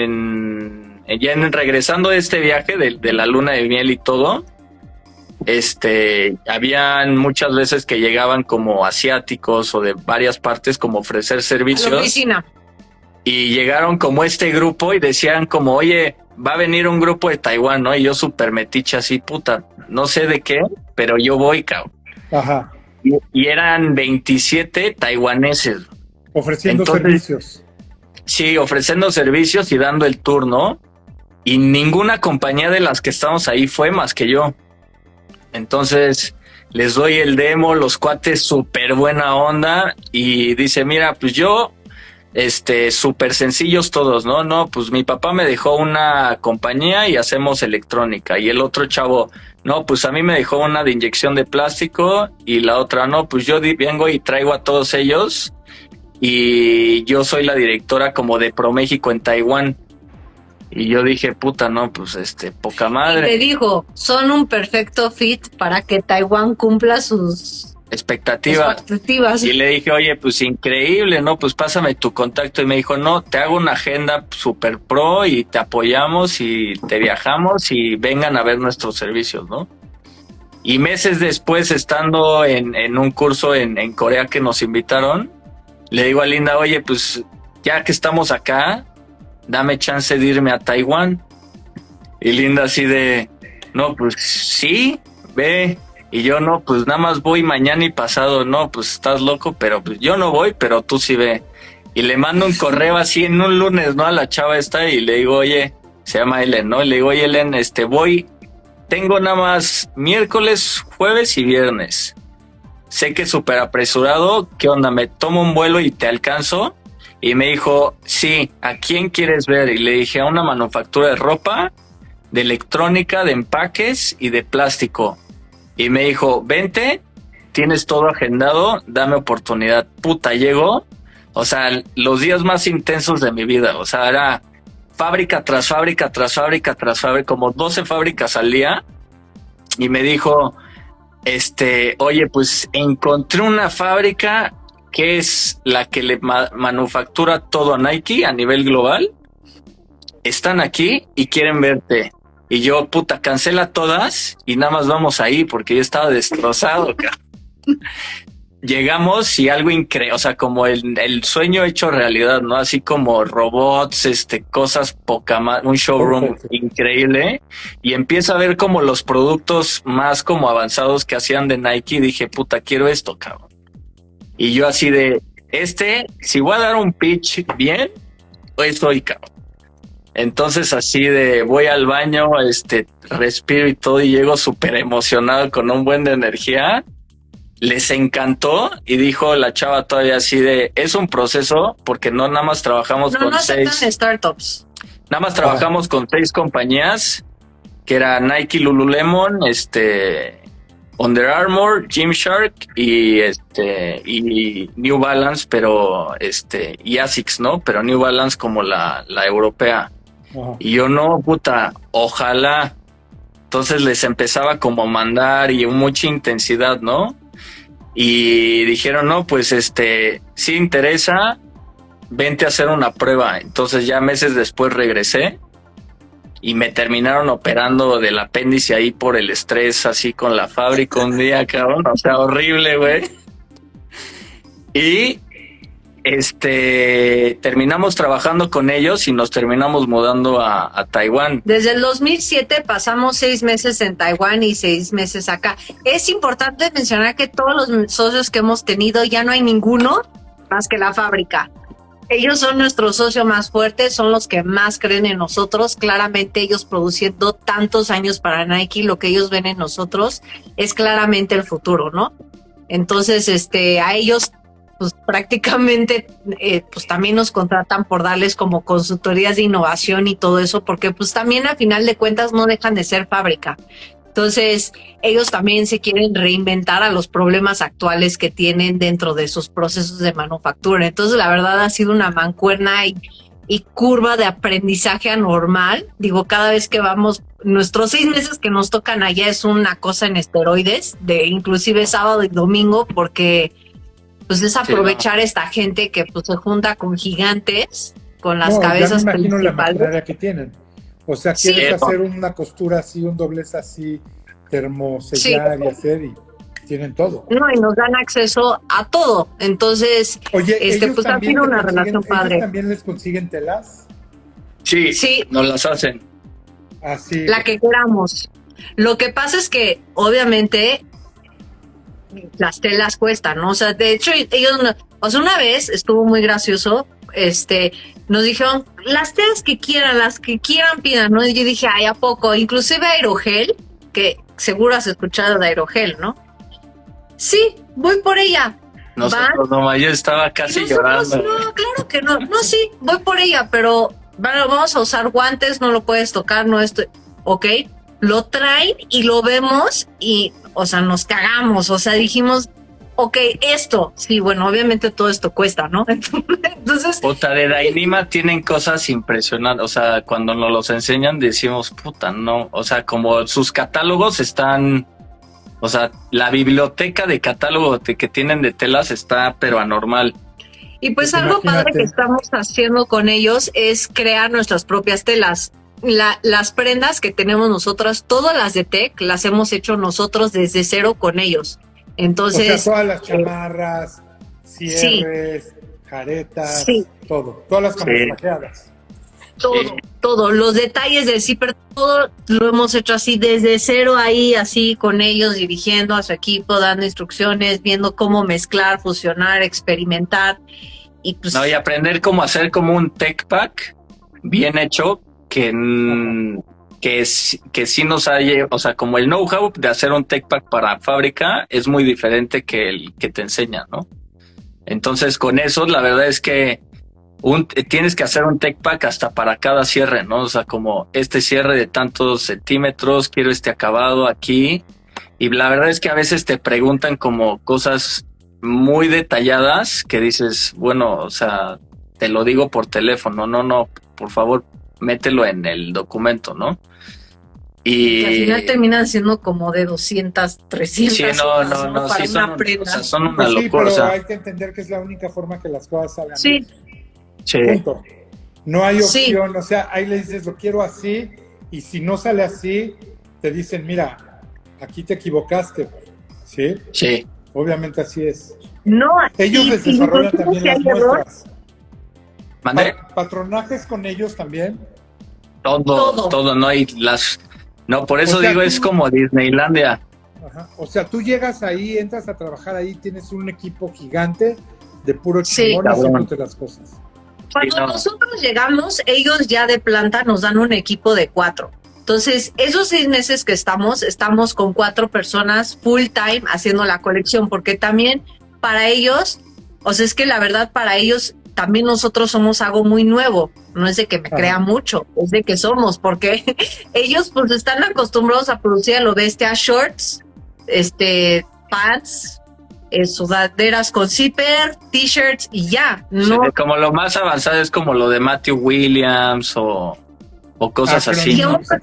regresando de este viaje de la luna de miel y todo, habían muchas veces que llegaban como asiáticos o de varias partes como ofrecer servicios. A la oficina. Y llegaron como este grupo y decían como, oye, va a venir un grupo de Taiwán, ¿no? Y yo súper metiche así, puta, no sé de qué, pero yo voy, cabrón. Ajá. Y eran 27 taiwaneses. Ofreciendo servicios. Sí, ofreciendo servicios y dando el tour, ¿no? Y ninguna compañía de las que estamos ahí fue más que yo. Entonces les doy el demo, los cuates súper buena onda y dice, mira, pues yo, súper sencillos todos, ¿no? No, pues mi papá me dejó una compañía y hacemos electrónica. Y el otro chavo, no, pues a mí me dejó una de inyección de plástico y la otra, no, pues yo vengo y traigo a todos ellos y yo soy la directora como de ProMéxico en Taiwán. Y yo dije, puta, no, pues poca madre. Y te dijo, son un perfecto fit para que Taiwán cumpla sus expectativas. Y le dije, oye, pues increíble, ¿no? Pues pásame tu contacto. Y me dijo, no, te hago una agenda super pro y te apoyamos y te viajamos y vengan a ver nuestros servicios, ¿no? Y meses después, estando en un curso en Corea que nos invitaron, le digo a Linda, oye, pues ya que estamos acá, dame chance de irme a Taiwán. Y Linda así de, no, pues sí, ve. Y yo, no, pues nada más voy mañana y pasado. No, pues estás loco, pero pues yo no voy, pero tú sí ve. Y le mando un correo así en un lunes, ¿no? A la chava esta y le digo, oye, se llama Ellen, ¿no? Y le digo, oye, Ellen, voy, tengo nada más miércoles, jueves y viernes. Sé que es súper apresurado, ¿qué onda? ¿Me tomo un vuelo y te alcanzo? Y me dijo, sí, ¿a quién quieres ver? Y le dije, a una manufactura de ropa, de electrónica, de empaques y de plástico. Y me dijo, vente, tienes todo agendado, dame oportunidad. Puta, llegó, o sea, los días más intensos de mi vida. O sea, era fábrica tras fábrica, tras fábrica, tras fábrica, como 12 fábricas al día. Y me dijo, oye, pues encontré una fábrica que es la que le manufactura todo a Nike a nivel global. Están aquí y quieren verte. Y yo, puta, cancela todas y nada más vamos ahí porque yo estaba destrozado, cabrón. Llegamos y algo increíble, o sea, como el sueño hecho realidad, ¿no? Así como robots, cosas poca más, un showroom increíble. Y empiezo a ver como los productos más como avanzados que hacían de Nike y dije, puta, quiero esto, cabrón. Y yo así de, si voy a dar un pitch bien, pues soy, cabrón. Entonces así de, voy al baño, respiro y todo y llego súper emocionado con un buen de energía. Les encantó y dijo la chava todavía así de, es un proceso porque no nada más trabajamos con no 6 startups. Nada más trabajamos con 6 compañías, que era Nike, Lululemon, Under Armour, Gymshark y New Balance, pero y Asics, ¿no? Pero New Balance como la europea. Ajá. Y yo, no, puta, ojalá. Entonces les empezaba como a mandar y mucha intensidad, ¿no? Y dijeron, no, pues sí interesa, vente a hacer una prueba. Entonces ya meses después regresé y me terminaron operando del apéndice ahí por el estrés, así con la fábrica un día, cabrón, o sea, horrible, güey. Y terminamos trabajando con ellos y nos terminamos mudando a Taiwán. Desde el 2007 pasamos 6 meses en Taiwán y 6 meses acá. Es importante mencionar que todos los socios que hemos tenido ya no hay ninguno más que la fábrica. Ellos son nuestro socio más fuerte, son los que más creen en nosotros. Claramente ellos produciendo tantos años para Nike, lo que ellos ven en nosotros es claramente el futuro, ¿no? Entonces, a ellos pues prácticamente pues también nos contratan por darles como consultorías de innovación y todo eso, porque pues también a final de cuentas no dejan de ser fábrica. Entonces ellos también se quieren reinventar a los problemas actuales que tienen dentro de sus procesos de manufactura. Entonces la verdad ha sido una mancuerna y curva de aprendizaje anormal. Digo, cada vez que vamos, nuestros 6 meses que nos tocan allá es una cosa en esteroides, de inclusive sábado y domingo, porque pues es aprovechar esta gente que pues se junta con gigantes, con las cabezas ya me imagino principales. la maquinaria que tienen. O sea, quieres hacer una costura así, un doblez así, termosellar y hacer, y tienen todo. No, y nos dan acceso a todo. Entonces, oye, pues ha sido una relación padre. ¿Ellos también les consiguen telas? Sí, nos las hacen. Así. La que queramos. Lo que pasa es que, obviamente, las telas cuestan, ¿no? O sea, de hecho, ellos, o sea, una vez estuvo muy gracioso, nos dijeron, las telas que quieran, las que quieran pidan, ¿no? Y yo dije, ay, ¿a poco? Inclusive Aerogel, que seguro has escuchado de Aerogel, ¿no? Sí, voy por ella. Nosotros no, yo estaba casi llorando. No, claro que no. No, sí, voy por ella, pero bueno, vamos a usar guantes, no lo puedes tocar, no esto. Ok, lo traen y lo vemos y, o sea, nos cagamos. O sea, dijimos, ok, esto. Sí, bueno, obviamente todo esto cuesta, ¿no? Entonces. Puta, de Dainima tienen cosas impresionantes. O sea, cuando nos los enseñan decimos, puta, no. O sea, como sus catálogos están. O sea, la biblioteca de catálogo que tienen de telas está pero anormal. Y pues algo padre que estamos haciendo con ellos es crear nuestras propias telas. Las prendas que tenemos nosotras, todas las de Tech, las hemos hecho nosotros desde cero con ellos. Entonces, o sea, todas las chamarras, cierres, jaretas, todo. Todas las camuflajeadas. Todo, los detalles del zipper, todo lo hemos hecho así desde cero ahí, así con ellos, dirigiendo a su equipo, dando instrucciones, viendo cómo mezclar, fusionar, experimentar y pues... No, y aprender cómo hacer como un tech pack bien hecho que sí nos haya, o sea, como el know-how de hacer un tech pack para fábrica es muy diferente que el que te enseña, ¿no? Entonces con eso la verdad es que tienes que hacer un tech pack hasta para cada cierre, ¿no? O sea, como este cierre de tantos centímetros, quiero este acabado aquí. Y la verdad es que a veces te preguntan como cosas muy detalladas que dices, bueno, o sea, te lo digo por teléfono, no, por favor, mételo en el documento, ¿no? Y al final terminan siendo como de 200, 300. Sí, no, para sí, una prenda. O sea, son una pues sí, locura. Pero o sea, hay que entender que es la única forma que las cosas salgan. Sí. Sí. Punto. No hay opción, o sea, ahí le dices, lo quiero así, y si no sale así, te dicen, mira, aquí te equivocaste, ¿sí? Sí. Obviamente así es. No, ellos les desarrollan también las muestras. ¿Mandé? ¿Patronajes con ellos también? Todo, no hay las... No, por eso digo, es como Disneylandia. Ajá. O sea, tú llegas ahí, entras a trabajar ahí, tienes un equipo gigante de puro chingón haciéndote las cosas. Cuando nosotros llegamos, ellos ya de planta nos dan un equipo de 4. Entonces, esos 6 meses que estamos con 4 personas full time haciendo la colección, porque también para ellos, o sea, es que la verdad para ellos también nosotros somos algo muy nuevo. No es de que me crea mucho, es de que somos, porque ellos pues están acostumbrados a producir a lo bestia shorts, pants, sudaderas con zipper, t-shirts y ya. No. Sí, como lo más avanzado es como lo de Matthew Williams o cosas así.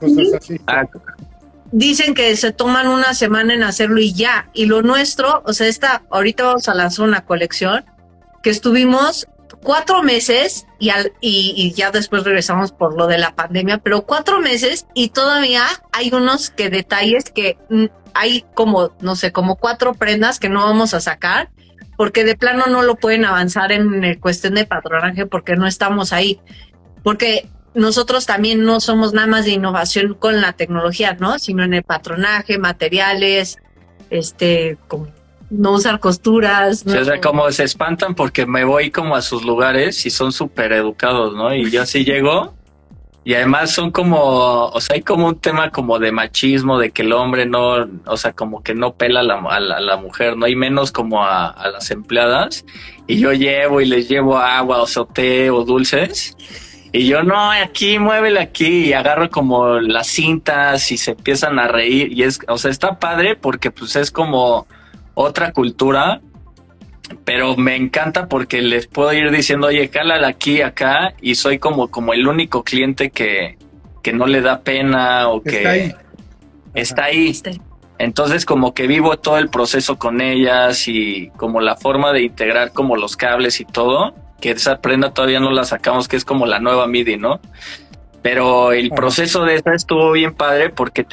Dicen que se toman una semana en hacerlo y ya. Y lo nuestro, o sea, ahorita vamos a lanzar una colección que estuvimos 4 meses y ya después regresamos por lo de la pandemia, pero 4 meses y todavía hay unos detalles que hay como, no sé, como 4 prendas que no vamos a sacar porque de plano no lo pueden avanzar en el cuestión de patronaje porque no estamos ahí. Porque nosotros también no somos nada más de innovación con la tecnología, ¿no? Sino en el patronaje, materiales, como no usar costuras. Sí, o sea, como se espantan porque me voy como a sus lugares y son súper educados, ¿no? Y yo así llego y además son como, o sea, hay como un tema como de machismo, de que el hombre no, o sea, como que no pela a la mujer, ¿no? Y menos como a las empleadas. Y yo llevo y les llevo agua o té o dulces. Y yo, no, aquí, muévele aquí, y agarro como las cintas y se empiezan a reír. Y o sea, está padre porque pues es como otra cultura pero me encanta porque les puedo ir diciendo, oye, cálala aquí, acá, y soy como el único cliente que no le da pena o que está ahí. Entonces como que vivo todo el proceso con ellas y como la forma de integrar como los cables y todo, que esa prenda todavía no la sacamos, que es como la nueva MIDI, ¿no? Pero el proceso de esa estuvo bien padre porque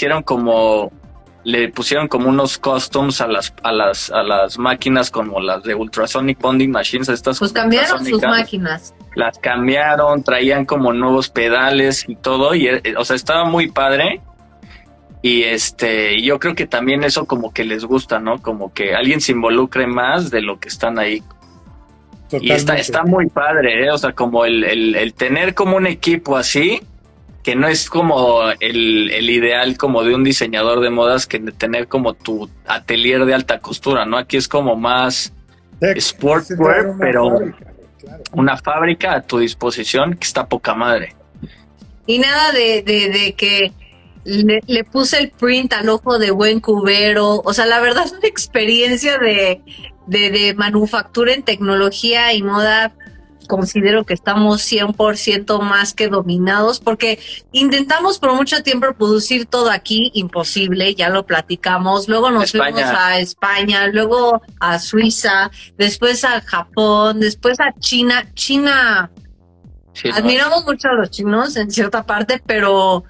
le pusieron como unos customs a las máquinas como las de Ultrasonic Bonding Machines. Estas pues cambiaron sus máquinas. Las cambiaron, traían como nuevos pedales y todo, y o sea, estaba muy padre. Y yo creo que también eso como que les gusta, ¿no? Como que alguien se involucre más de lo que están ahí. Totalmente. Y está muy padre, ¿eh? O sea, como el tener como un equipo así, que no es como el ideal como de un diseñador de modas, que de tener como tu atelier de alta costura, ¿no? Aquí es como más sportswear, pero una fábrica a tu disposición que está poca madre. Y nada de que le puse el print al ojo de buen cubero. O sea, la verdad es una experiencia de manufactura en tecnología y moda. Considero que estamos 100% más que dominados, porque intentamos por mucho tiempo producir todo aquí, imposible, ya lo platicamos. Luego nos fuimos a España, luego a Suiza, después a Japón, después a China. Sí, admiramos mucho a los chinos en cierta parte, pero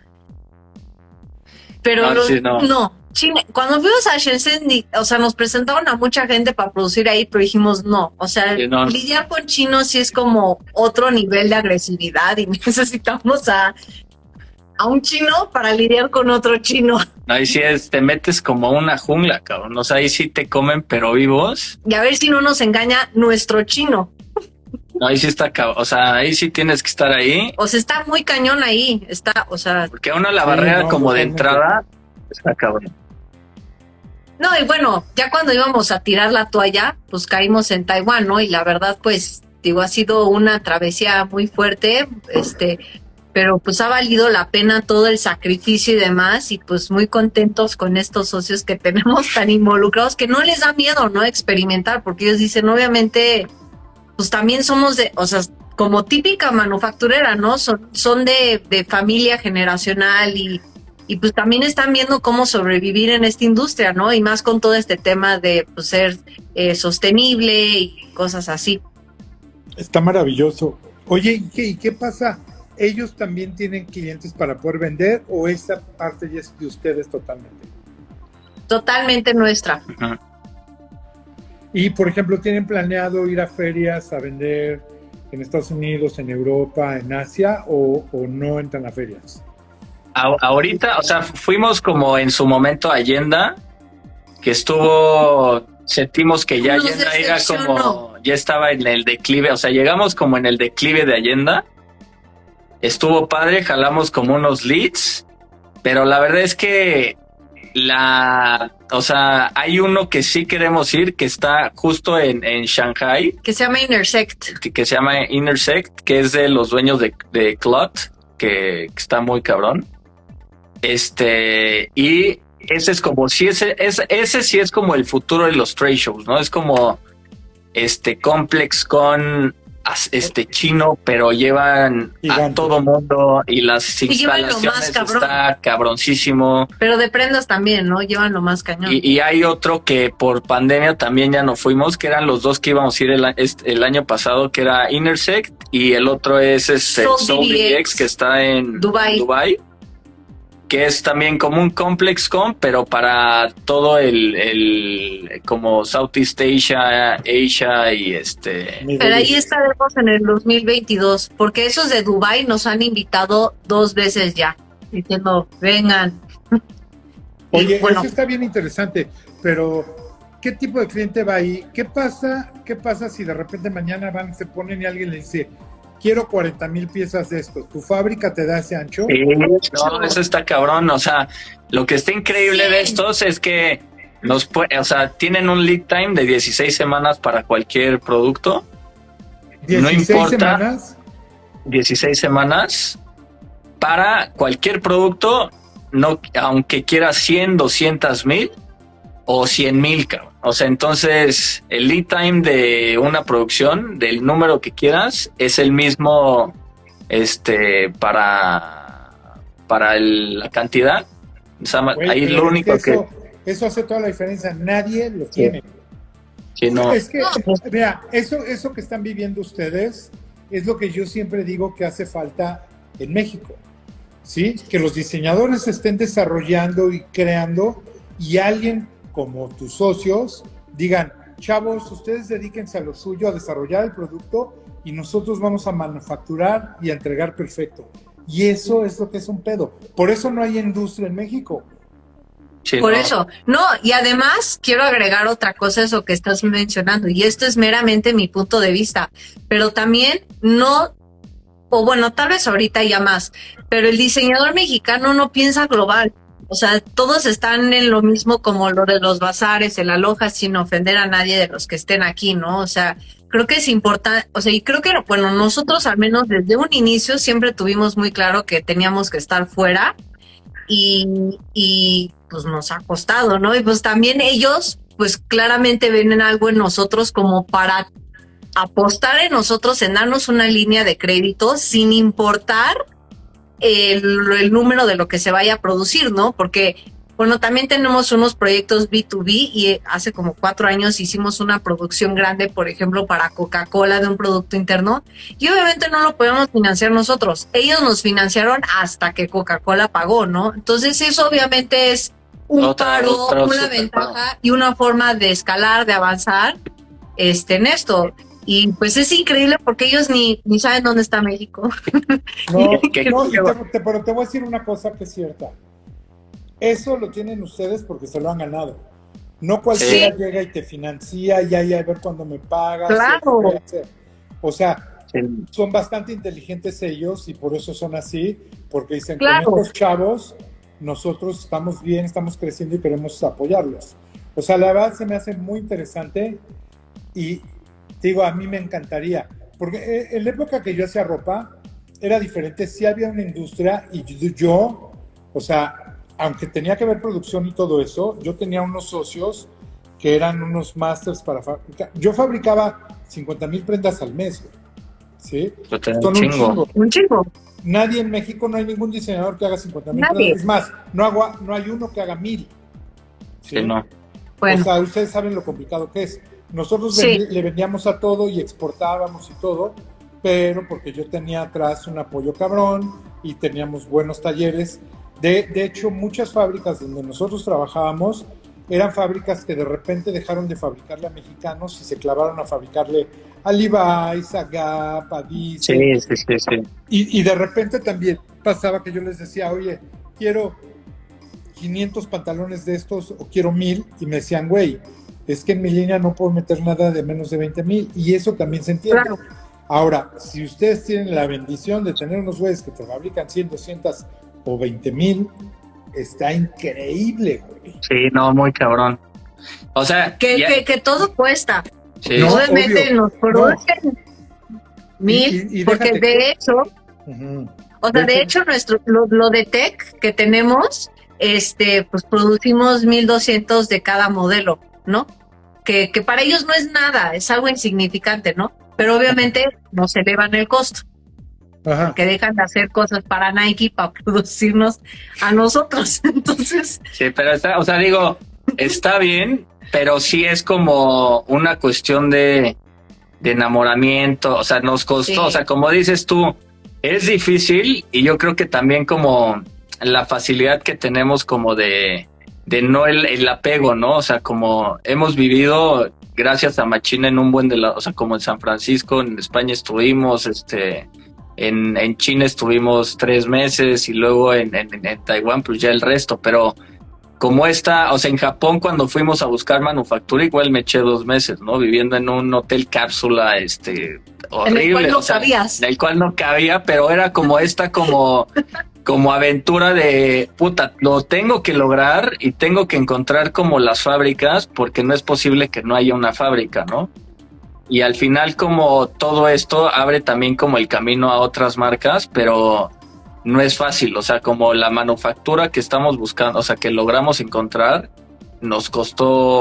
no. China, cuando fuimos a Shenzhen, o sea, nos presentaron a mucha gente para producir ahí, pero dijimos no. O sea, lidiar con chinos sí es como otro nivel de agresividad y necesitamos a un chino para lidiar con otro chino. Ahí sí te metes como a una jungla, cabrón. O sea, ahí sí te comen, pero vivos. Y a ver si no nos engaña nuestro chino. No, ahí sí está, o sea, ahí sí tienes que estar ahí. O sea, está muy cañón ahí, o sea... Porque uno la barrera como de entrada está cabrón. No, y bueno, ya cuando íbamos a tirar la toalla, pues caímos en Taiwán, ¿no? Y la verdad, pues, digo, ha sido una travesía muy fuerte, pero pues ha valido la pena todo el sacrificio y demás, y pues muy contentos con estos socios que tenemos tan involucrados, que no les da miedo, ¿no? Experimentar, porque ellos dicen, obviamente, pues también somos o sea, como típica manufacturera, ¿no? Son de familia generacional y pues también están viendo cómo sobrevivir en esta industria, ¿no? Y más con todo este tema de pues, ser sostenible y cosas así. Está maravilloso. Oye, ¿y qué pasa? ¿Ellos también tienen clientes para poder vender o esa parte ya es de ustedes totalmente? Totalmente nuestra. Uh-huh. Y, por ejemplo, ¿tienen planeado ir a ferias a vender en Estados Unidos, en Europa, en Asia o no entran a ferias? Ahorita, o sea, fuimos como en su momento a Allenda, que sentimos que ya Allenda era como, ya estaba en el declive, o sea, llegamos como en el declive de Allenda, estuvo padre, jalamos como unos leads, pero la verdad es que o sea, hay uno que sí queremos ir, que está justo en Shanghai. Que se llama Intersect. Que se llama Intersect, que es de los dueños de Clot, que está muy cabrón. Y ese es como, ese sí es como el futuro de los trade shows, ¿no? Es como Complex con chino, pero llevan a todo mundo y las instalaciones está cabroncísimo. Pero de prendas también, ¿no? Llevan lo más cañón. Y hay otro que por pandemia también ya no fuimos, que eran los dos que íbamos a ir el año pasado, que era Intersect, y el otro es Soul DX, que está en Dubai, que es también como un Complex Con, pero para todo el como Southeast Asia y Pero ahí estaremos en el 2022, porque esos de Dubai nos han invitado 2 veces ya, diciendo, vengan. Oye, bueno, eso está bien interesante, pero ¿qué tipo de cliente va ahí? ¿Qué pasa si de repente mañana se ponen y alguien le dice, quiero 40,000 piezas de estos? ¿Tu fábrica te da ese ancho? Sí, no, eso está cabrón. O sea, lo que está increíble de estos es que tienen un lead time de 16 semanas para cualquier producto. No importa. ¿16 semanas? 16 semanas para cualquier producto, no, aunque quieras 100, 200,000 o 100,000, cabrón. O sea, entonces el lead time de una producción, del número que quieras, es el mismo para la cantidad. O sea, Güey, ahí lo único eso hace toda la diferencia. Nadie lo tiene. Sí, no. Es que, mira, eso que están viviendo ustedes es lo que yo siempre digo que hace falta en México, ¿sí? Que los diseñadores estén desarrollando y creando y alguien como tus socios digan, chavos, ustedes dedíquense a lo suyo, a desarrollar el producto y nosotros vamos a manufacturar y a entregar perfecto. Y eso es lo que es un pedo. Por eso no hay industria en México. Sí, Por eso, no, y además quiero agregar otra cosa a eso que estás mencionando, y esto es meramente mi punto de vista, pero también no, o bueno, tal vez ahorita ya más, pero el diseñador mexicano no piensa global. O sea, todos están en lo mismo como lo de los bazares, en la loja, sin ofender a nadie de los que estén aquí, ¿no? O sea, creo que es importante, o sea, y creo que, bueno, nosotros al menos desde un inicio siempre tuvimos muy claro que teníamos que estar fuera y pues nos ha costado, ¿no? Y pues también ellos, pues claramente ven algo en nosotros como para apostar en nosotros, en darnos una línea de crédito sin importar el número de lo que se vaya a producir, ¿no? Porque, bueno, también tenemos unos proyectos B2B y hace como 4 años hicimos una producción grande, por ejemplo, para Coca-Cola de un producto interno y obviamente no lo podíamos financiar nosotros. Ellos nos financiaron hasta que Coca-Cola pagó, ¿no? Entonces eso obviamente es un paro, una ventaja y una forma de escalar, de avanzar en esto. Y pues es increíble porque ellos ni saben dónde está México. No, pero te voy a decir una cosa que es cierta. Eso lo tienen ustedes porque se lo han ganado. No cualquiera llega y te financia y ahí a ver cuándo me pagas. Claro. O sea, son bastante inteligentes ellos y por eso son así, porque dicen, claro, con estos chavos nosotros estamos bien, estamos creciendo y queremos apoyarlos. O sea, la verdad se me hace muy interesante y digo, a mí me encantaría, porque en la época que yo hacía ropa era diferente, sí había una industria y yo, o sea, aunque tenía que ver producción y todo eso, yo tenía unos socios que eran unos masters para fabricar. Yo fabricaba 50,000 prendas al mes, ¿sí? Son un chingo. Nadie en México, no hay ningún diseñador que haga 50,000 prendas. Es más, no hay uno que haga 1,000. Sí, no. Bueno. O sea, ustedes saben lo complicado que es. Nosotros le vendíamos a todo y exportábamos y todo, pero porque yo tenía atrás un apoyo cabrón y teníamos buenos talleres. De hecho, muchas fábricas donde nosotros trabajábamos eran fábricas que de repente dejaron de fabricarle a mexicanos y se clavaron a fabricarle a Levi's, a Gap, a Diesel. Sí. Y de repente también pasaba que yo les decía, oye, quiero 500 pantalones de estos o quiero 1,000, y me decían, güey, es que en mi línea no puedo meter nada de menos de 20,000, y eso también se entiende. Claro. Ahora, si ustedes tienen la bendición de tener unos güeyes que te fabrican 100, 200 o 20,000, está increíble, güey. Sí, no, muy cabrón. O sea, que todo cuesta. Sí. No, obviamente nos producen 1,000, porque de hecho, o sea, de hecho nuestro lo de tech que tenemos, pues producimos 1,200 de cada modelo, ¿no? Que para ellos no es nada, es algo insignificante, ¿no? Pero obviamente nos elevan el costo. Que dejan de hacer cosas para Nike para producirnos a nosotros. Entonces. Sí, pero está bien, pero sí es como una cuestión de enamoramiento. O sea, nos costó, o sea, como dices tú, es difícil, y yo creo que también como la facilidad que tenemos como de no el apego, ¿no? O sea, como hemos vivido gracias a Machina en un buen o sea, como en San Francisco, en España estuvimos, en China estuvimos 3 meses y luego en Taiwán pues ya el resto, pero como o sea, en Japón cuando fuimos a buscar manufactura igual me eché 2 meses, ¿no? Viviendo en un hotel cápsula, horrible. En el cual no cabías. En el cual no cabía, pero era como como aventura de, puta, lo tengo que lograr y tengo que encontrar como las fábricas porque no es posible que no haya una fábrica, ¿no? Y al final como todo esto abre también como el camino a otras marcas, pero no es fácil, o sea, como la manufactura que estamos buscando, o sea, que logramos encontrar, nos costó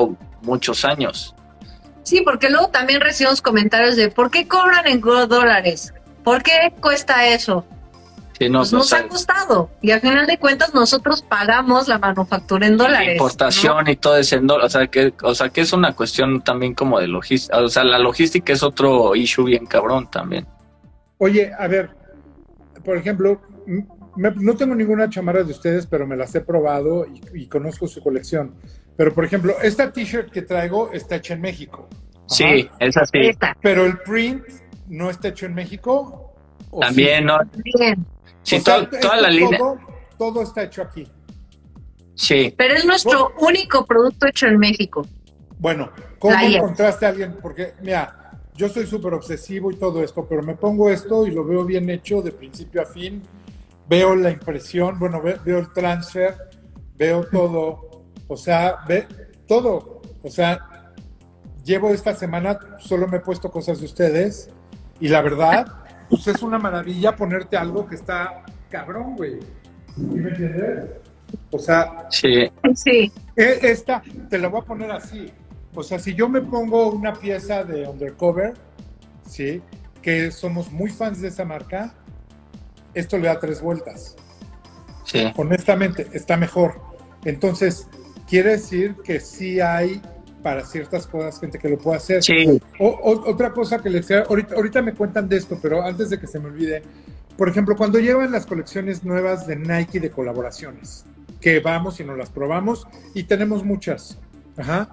muchos años. Sí, porque luego también recibimos comentarios de ¿por qué cobran en dólares? ¿Por qué cuesta eso? Sí, no, pues nos ha costado, y al final de cuentas nosotros pagamos la manufactura en dólares. La importación, ¿no? Y todo es en dólares, o sea que es una cuestión también como de logística, o sea, la logística es otro issue bien cabrón también. Oye, a ver, por ejemplo, no tengo ninguna chamarra de ustedes, pero me las he probado y conozco su colección. Pero, por ejemplo, esta t-shirt que traigo está hecha en México. Ajá. Sí, es así. Pero el print no está hecho en México. También, sí? ¿No? Bien. Sí, toda la línea. Todo está hecho aquí. Sí. Pero es nuestro único producto hecho en México. Bueno, ¿cómo encontraste a alguien? Porque, mira, yo soy súper obsesivo y todo esto, pero me pongo esto y lo veo bien hecho de principio a fin. Veo la impresión, bueno, veo el transfer, veo todo. O sea, todo. O sea, llevo esta semana, solo me he puesto cosas de ustedes y la verdad, pues es una maravilla ponerte algo que está cabrón, güey. ¿Sí me entiendes? O sea, sí. Esta te la voy a poner así. O sea, si yo me pongo una pieza de Undercover, ¿sí? Que somos muy fans de esa marca, esto le da 3 vueltas. Sí. Honestamente, está mejor. Entonces, quiere decir que sí hay para ciertas cosas gente que lo puede hacer. Sí. Otra cosa que les ahorita me cuentan de esto, pero antes de que se me olvide, por ejemplo, cuando llevan las colecciones nuevas de Nike de colaboraciones, que vamos y nos las probamos y tenemos muchas. Ajá.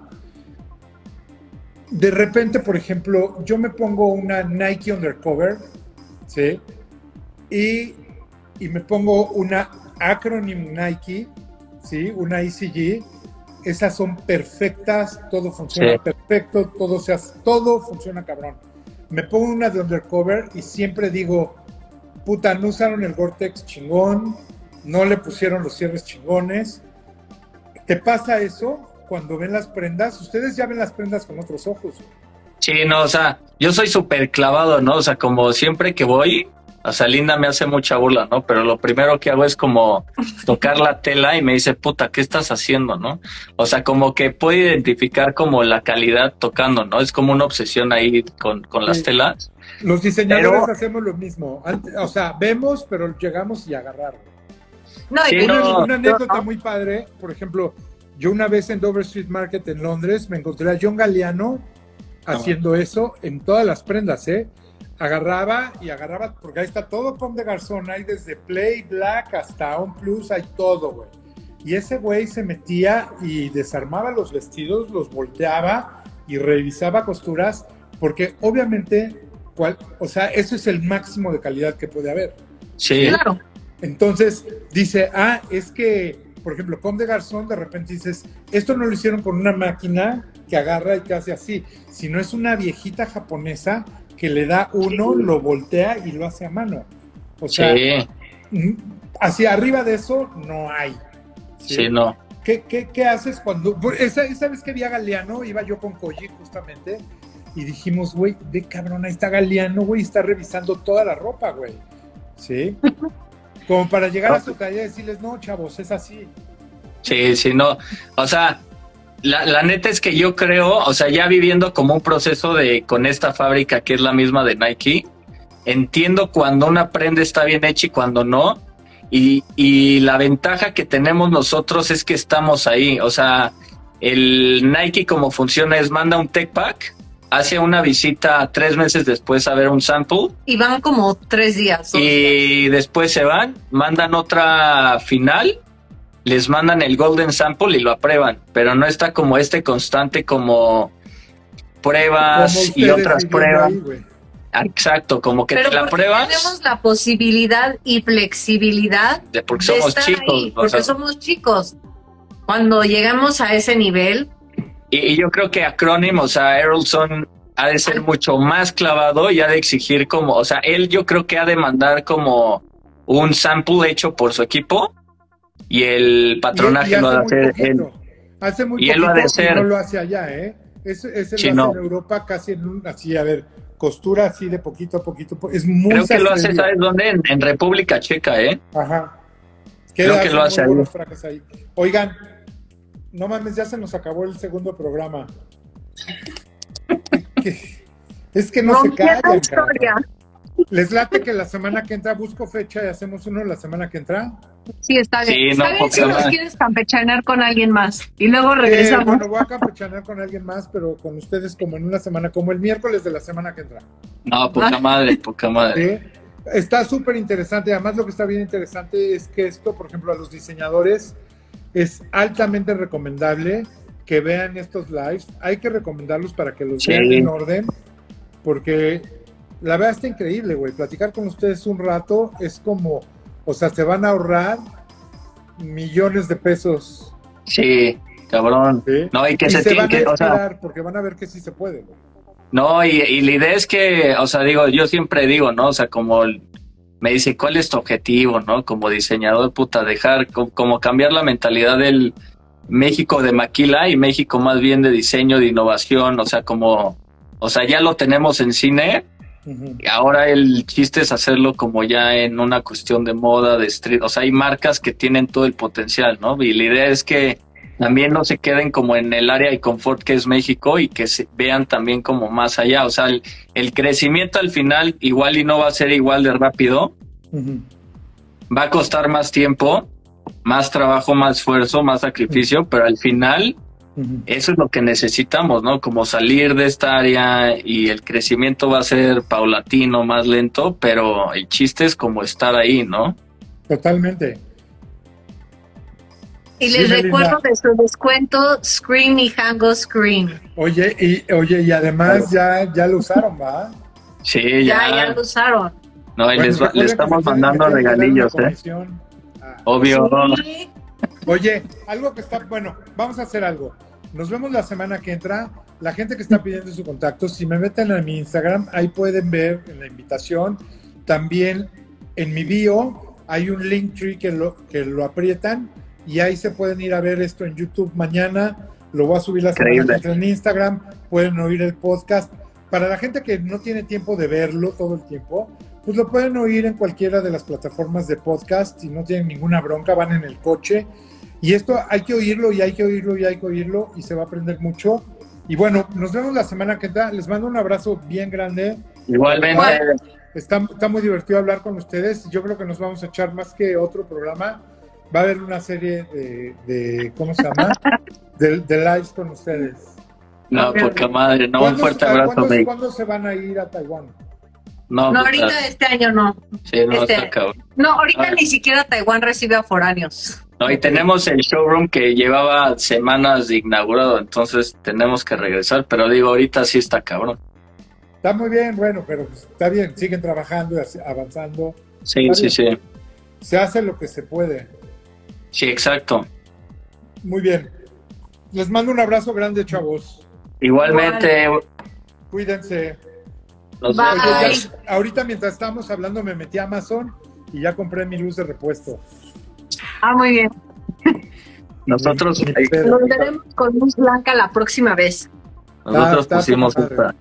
De repente, por ejemplo, yo me pongo una Nike Undercover, ¿sí? Y me pongo una Acronym Nike, ¿sí? Una ECG. Esas son perfectas, todo funciona perfecto, todo funciona cabrón. Me pongo una de Undercover y siempre digo, puta, no usaron el Gore-Tex chingón, no le pusieron los cierres chingones. ¿Te pasa eso cuando ven las prendas? Ustedes ya ven las prendas con otros ojos. Sí, no, o sea, yo soy súper clavado, ¿no? O sea, como siempre que voy, o sea, Linda me hace mucha burla, ¿no? Pero lo primero que hago es como tocar la tela y me dice, puta, ¿qué estás haciendo, no? O sea, como que puedo identificar como la calidad tocando, ¿no? Es como una obsesión ahí con las telas. Los diseñadores hacemos lo mismo. O sea, vemos, pero llegamos y agarrar. No, sí, una anécdota muy padre, por ejemplo, yo una vez en Dover Street Market en Londres me encontré a John Galliano haciendo eso en todas las prendas, agarraba, porque ahí está todo Comme des Garçons, hay desde Play Black hasta On Plus, hay todo, güey. Y ese güey se metía y desarmaba los vestidos, los volteaba y revisaba costuras, porque obviamente, o sea, eso es el máximo de calidad que puede haber. Sí. Claro. Entonces dice, es que, por ejemplo, Comme des Garçons, de repente dices, esto no lo hicieron con una máquina que agarra y que hace así, sino es una viejita japonesa que le da uno, lo voltea y lo hace a mano. O sea, hacia arriba de eso no hay. Sí, no. ¿Qué haces cuando...? Esa vez que vi a Galeano, iba yo con Koji justamente, y dijimos, güey, ve cabrón, ahí está Galeano, güey, está revisando toda la ropa, güey. ¿Sí? Como para llegar a su talla y decirles, no, chavos, es así. Sí, no. O sea, la neta es que yo creo, o sea, ya viviendo como un proceso con esta fábrica que es la misma de Nike, entiendo cuando una prenda está bien hecha y cuando no. Y la ventaja que tenemos nosotros es que estamos ahí. O sea, el Nike como funciona es manda un tech pack, hace una visita 3 meses después a ver un sample. Y van como 3 días. Y después se van, mandan otra final, les mandan el golden sample y lo aprueban. Pero no está como constante como pruebas y otras pruebas. Ahí, exacto, como que pero te la pruebas. Tenemos la posibilidad y flexibilidad porque somos chicos. Ahí, porque somos chicos. Cuando llegamos a ese nivel. Y yo creo que Acronym, o sea, Errolson ha de ser mucho más clavado y ha de exigir como, o sea, él yo creo que ha de mandar como un sample hecho por su equipo y el patronaje lo ha de hacer él. Hace muy y él lo ha de hacer. Y no lo hace allá, Ese lo hace en Europa casi así, a ver, costura así de poquito a poquito. Es muy creo que lo hace, ¿sabes dónde? En República Checa, Ajá. Creo que lo hace ahí. Oigan, No mames, ya se nos acabó el segundo programa. Es que no se callan, cara. ¿Les late que la semana que entra busco fecha y hacemos uno la semana que entra? Sí, está bien. Sí, Está no, bien si porque nos quieres campechanear con alguien más. Y luego regresamos. Bueno, voy a campechanear con alguien más, pero con ustedes como en una semana, como el miércoles de la semana que entra. No, poca madre. ¿Sí? Está súper interesante. Además, lo que está bien interesante es que esto, por ejemplo, a los diseñadores es altamente recomendable que vean estos lives. Hay que recomendarlos para que los vean en orden, porque la verdad está increíble, güey. Platicar con ustedes un rato es como, o sea, se van a ahorrar millones de pesos. Sí, cabrón. ¿Sí? No, y que y se van a tiene que, esperar, porque van a ver que sí se puede, güey. No, y la idea es que, o sea, digo, yo siempre digo, ¿no? O sea, como me dice, ¿cuál es tu objetivo, no? Como diseñador, puta, dejar, como cambiar la mentalidad del México de maquila y México más bien de diseño, de innovación, o sea, como, o sea, ya lo tenemos en cine, y ahora el chiste es hacerlo como ya en una cuestión de moda, de street, o sea, hay marcas que tienen todo el potencial, ¿no? Y la idea es que también no se queden como en el área de confort que es México y que se vean también como más allá. O sea, el crecimiento al final igual y no va a ser igual de rápido. Va a costar más tiempo, más trabajo, más esfuerzo, más sacrificio, pero al final eso es lo que necesitamos, ¿no? Como salir de esta área y el crecimiento va a ser paulatino, más lento, pero el chiste es como estar ahí, ¿no? Totalmente. Y les recuerdo de su descuento Scream y Hango Scream. Oye, y además ya lo usaron, ¿va? Sí, ya lo usaron. No, y Bueno, les estamos mandando regalillos, Obvio. Sí. Oye, algo que está, bueno, vamos a hacer algo. Nos vemos la semana que entra. La gente que está pidiendo su contacto, si me meten a mi Instagram, ahí pueden ver en la invitación. También en mi bio hay un Linktree que lo aprietan y ahí se pueden ir a ver esto en YouTube mañana. Lo voy a subir la semana que entra en Instagram. Pueden oír el podcast. Para la gente que no tiene tiempo de verlo todo el tiempo, pues lo pueden oír en cualquiera de las plataformas de podcast y no tienen ninguna bronca, van en el coche. Y esto hay que oírlo y hay que oírlo y hay que oírlo y se va a aprender mucho. Y bueno, nos vemos la semana que entra. Les mando un abrazo bien grande. Igualmente. Está muy divertido hablar con ustedes. Yo creo que nos vamos a echar más que otro programa. Va a haber una serie de ¿cómo se llama? de lives con ustedes. No, poca madre. No, un fuerte abrazo. ¿Cuándo se van a ir a Taiwán? No, ahorita este año no. Sí, no, está cabrón. No, ahorita ni siquiera Taiwán recibe a foráneos. No, y tenemos el showroom que llevaba semanas de inaugurado, entonces tenemos que regresar, pero digo, ahorita sí está cabrón. Está muy bien, bueno, pero pues, está bien, siguen trabajando, avanzando. Sí. Se hace lo que se puede. Sí, exacto. Muy bien. Les mando un abrazo grande, chavos. Igualmente. Cuídense. Nos vemos. Oye, ahorita mientras estábamos hablando me metí a Amazon y ya compré mi luz de repuesto. Muy bien. Nosotros Nos veremos con luz blanca la próxima vez. Nosotros pusimos esta.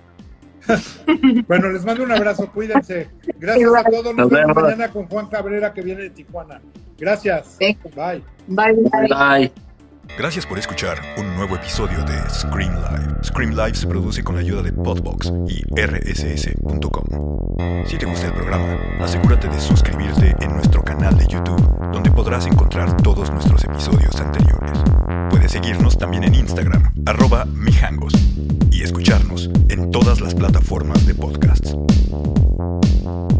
Bueno, les mando un abrazo, cuídense. Gracias a todos. Nos vemos mañana con Juan Cabrera, que viene de Tijuana. Gracias. Sí. Bye. Bye. Gracias por escuchar un nuevo episodio de Scream Live. Scream Live se produce con la ayuda de Podbox y rss.com. Si te gusta el programa, asegúrate de suscribirte en nuestro canal de YouTube, donde podrás encontrar todos nuestros episodios anteriores. Puedes seguirnos también en Instagram, @mijangos, y escucharnos en todas las plataformas de podcasts.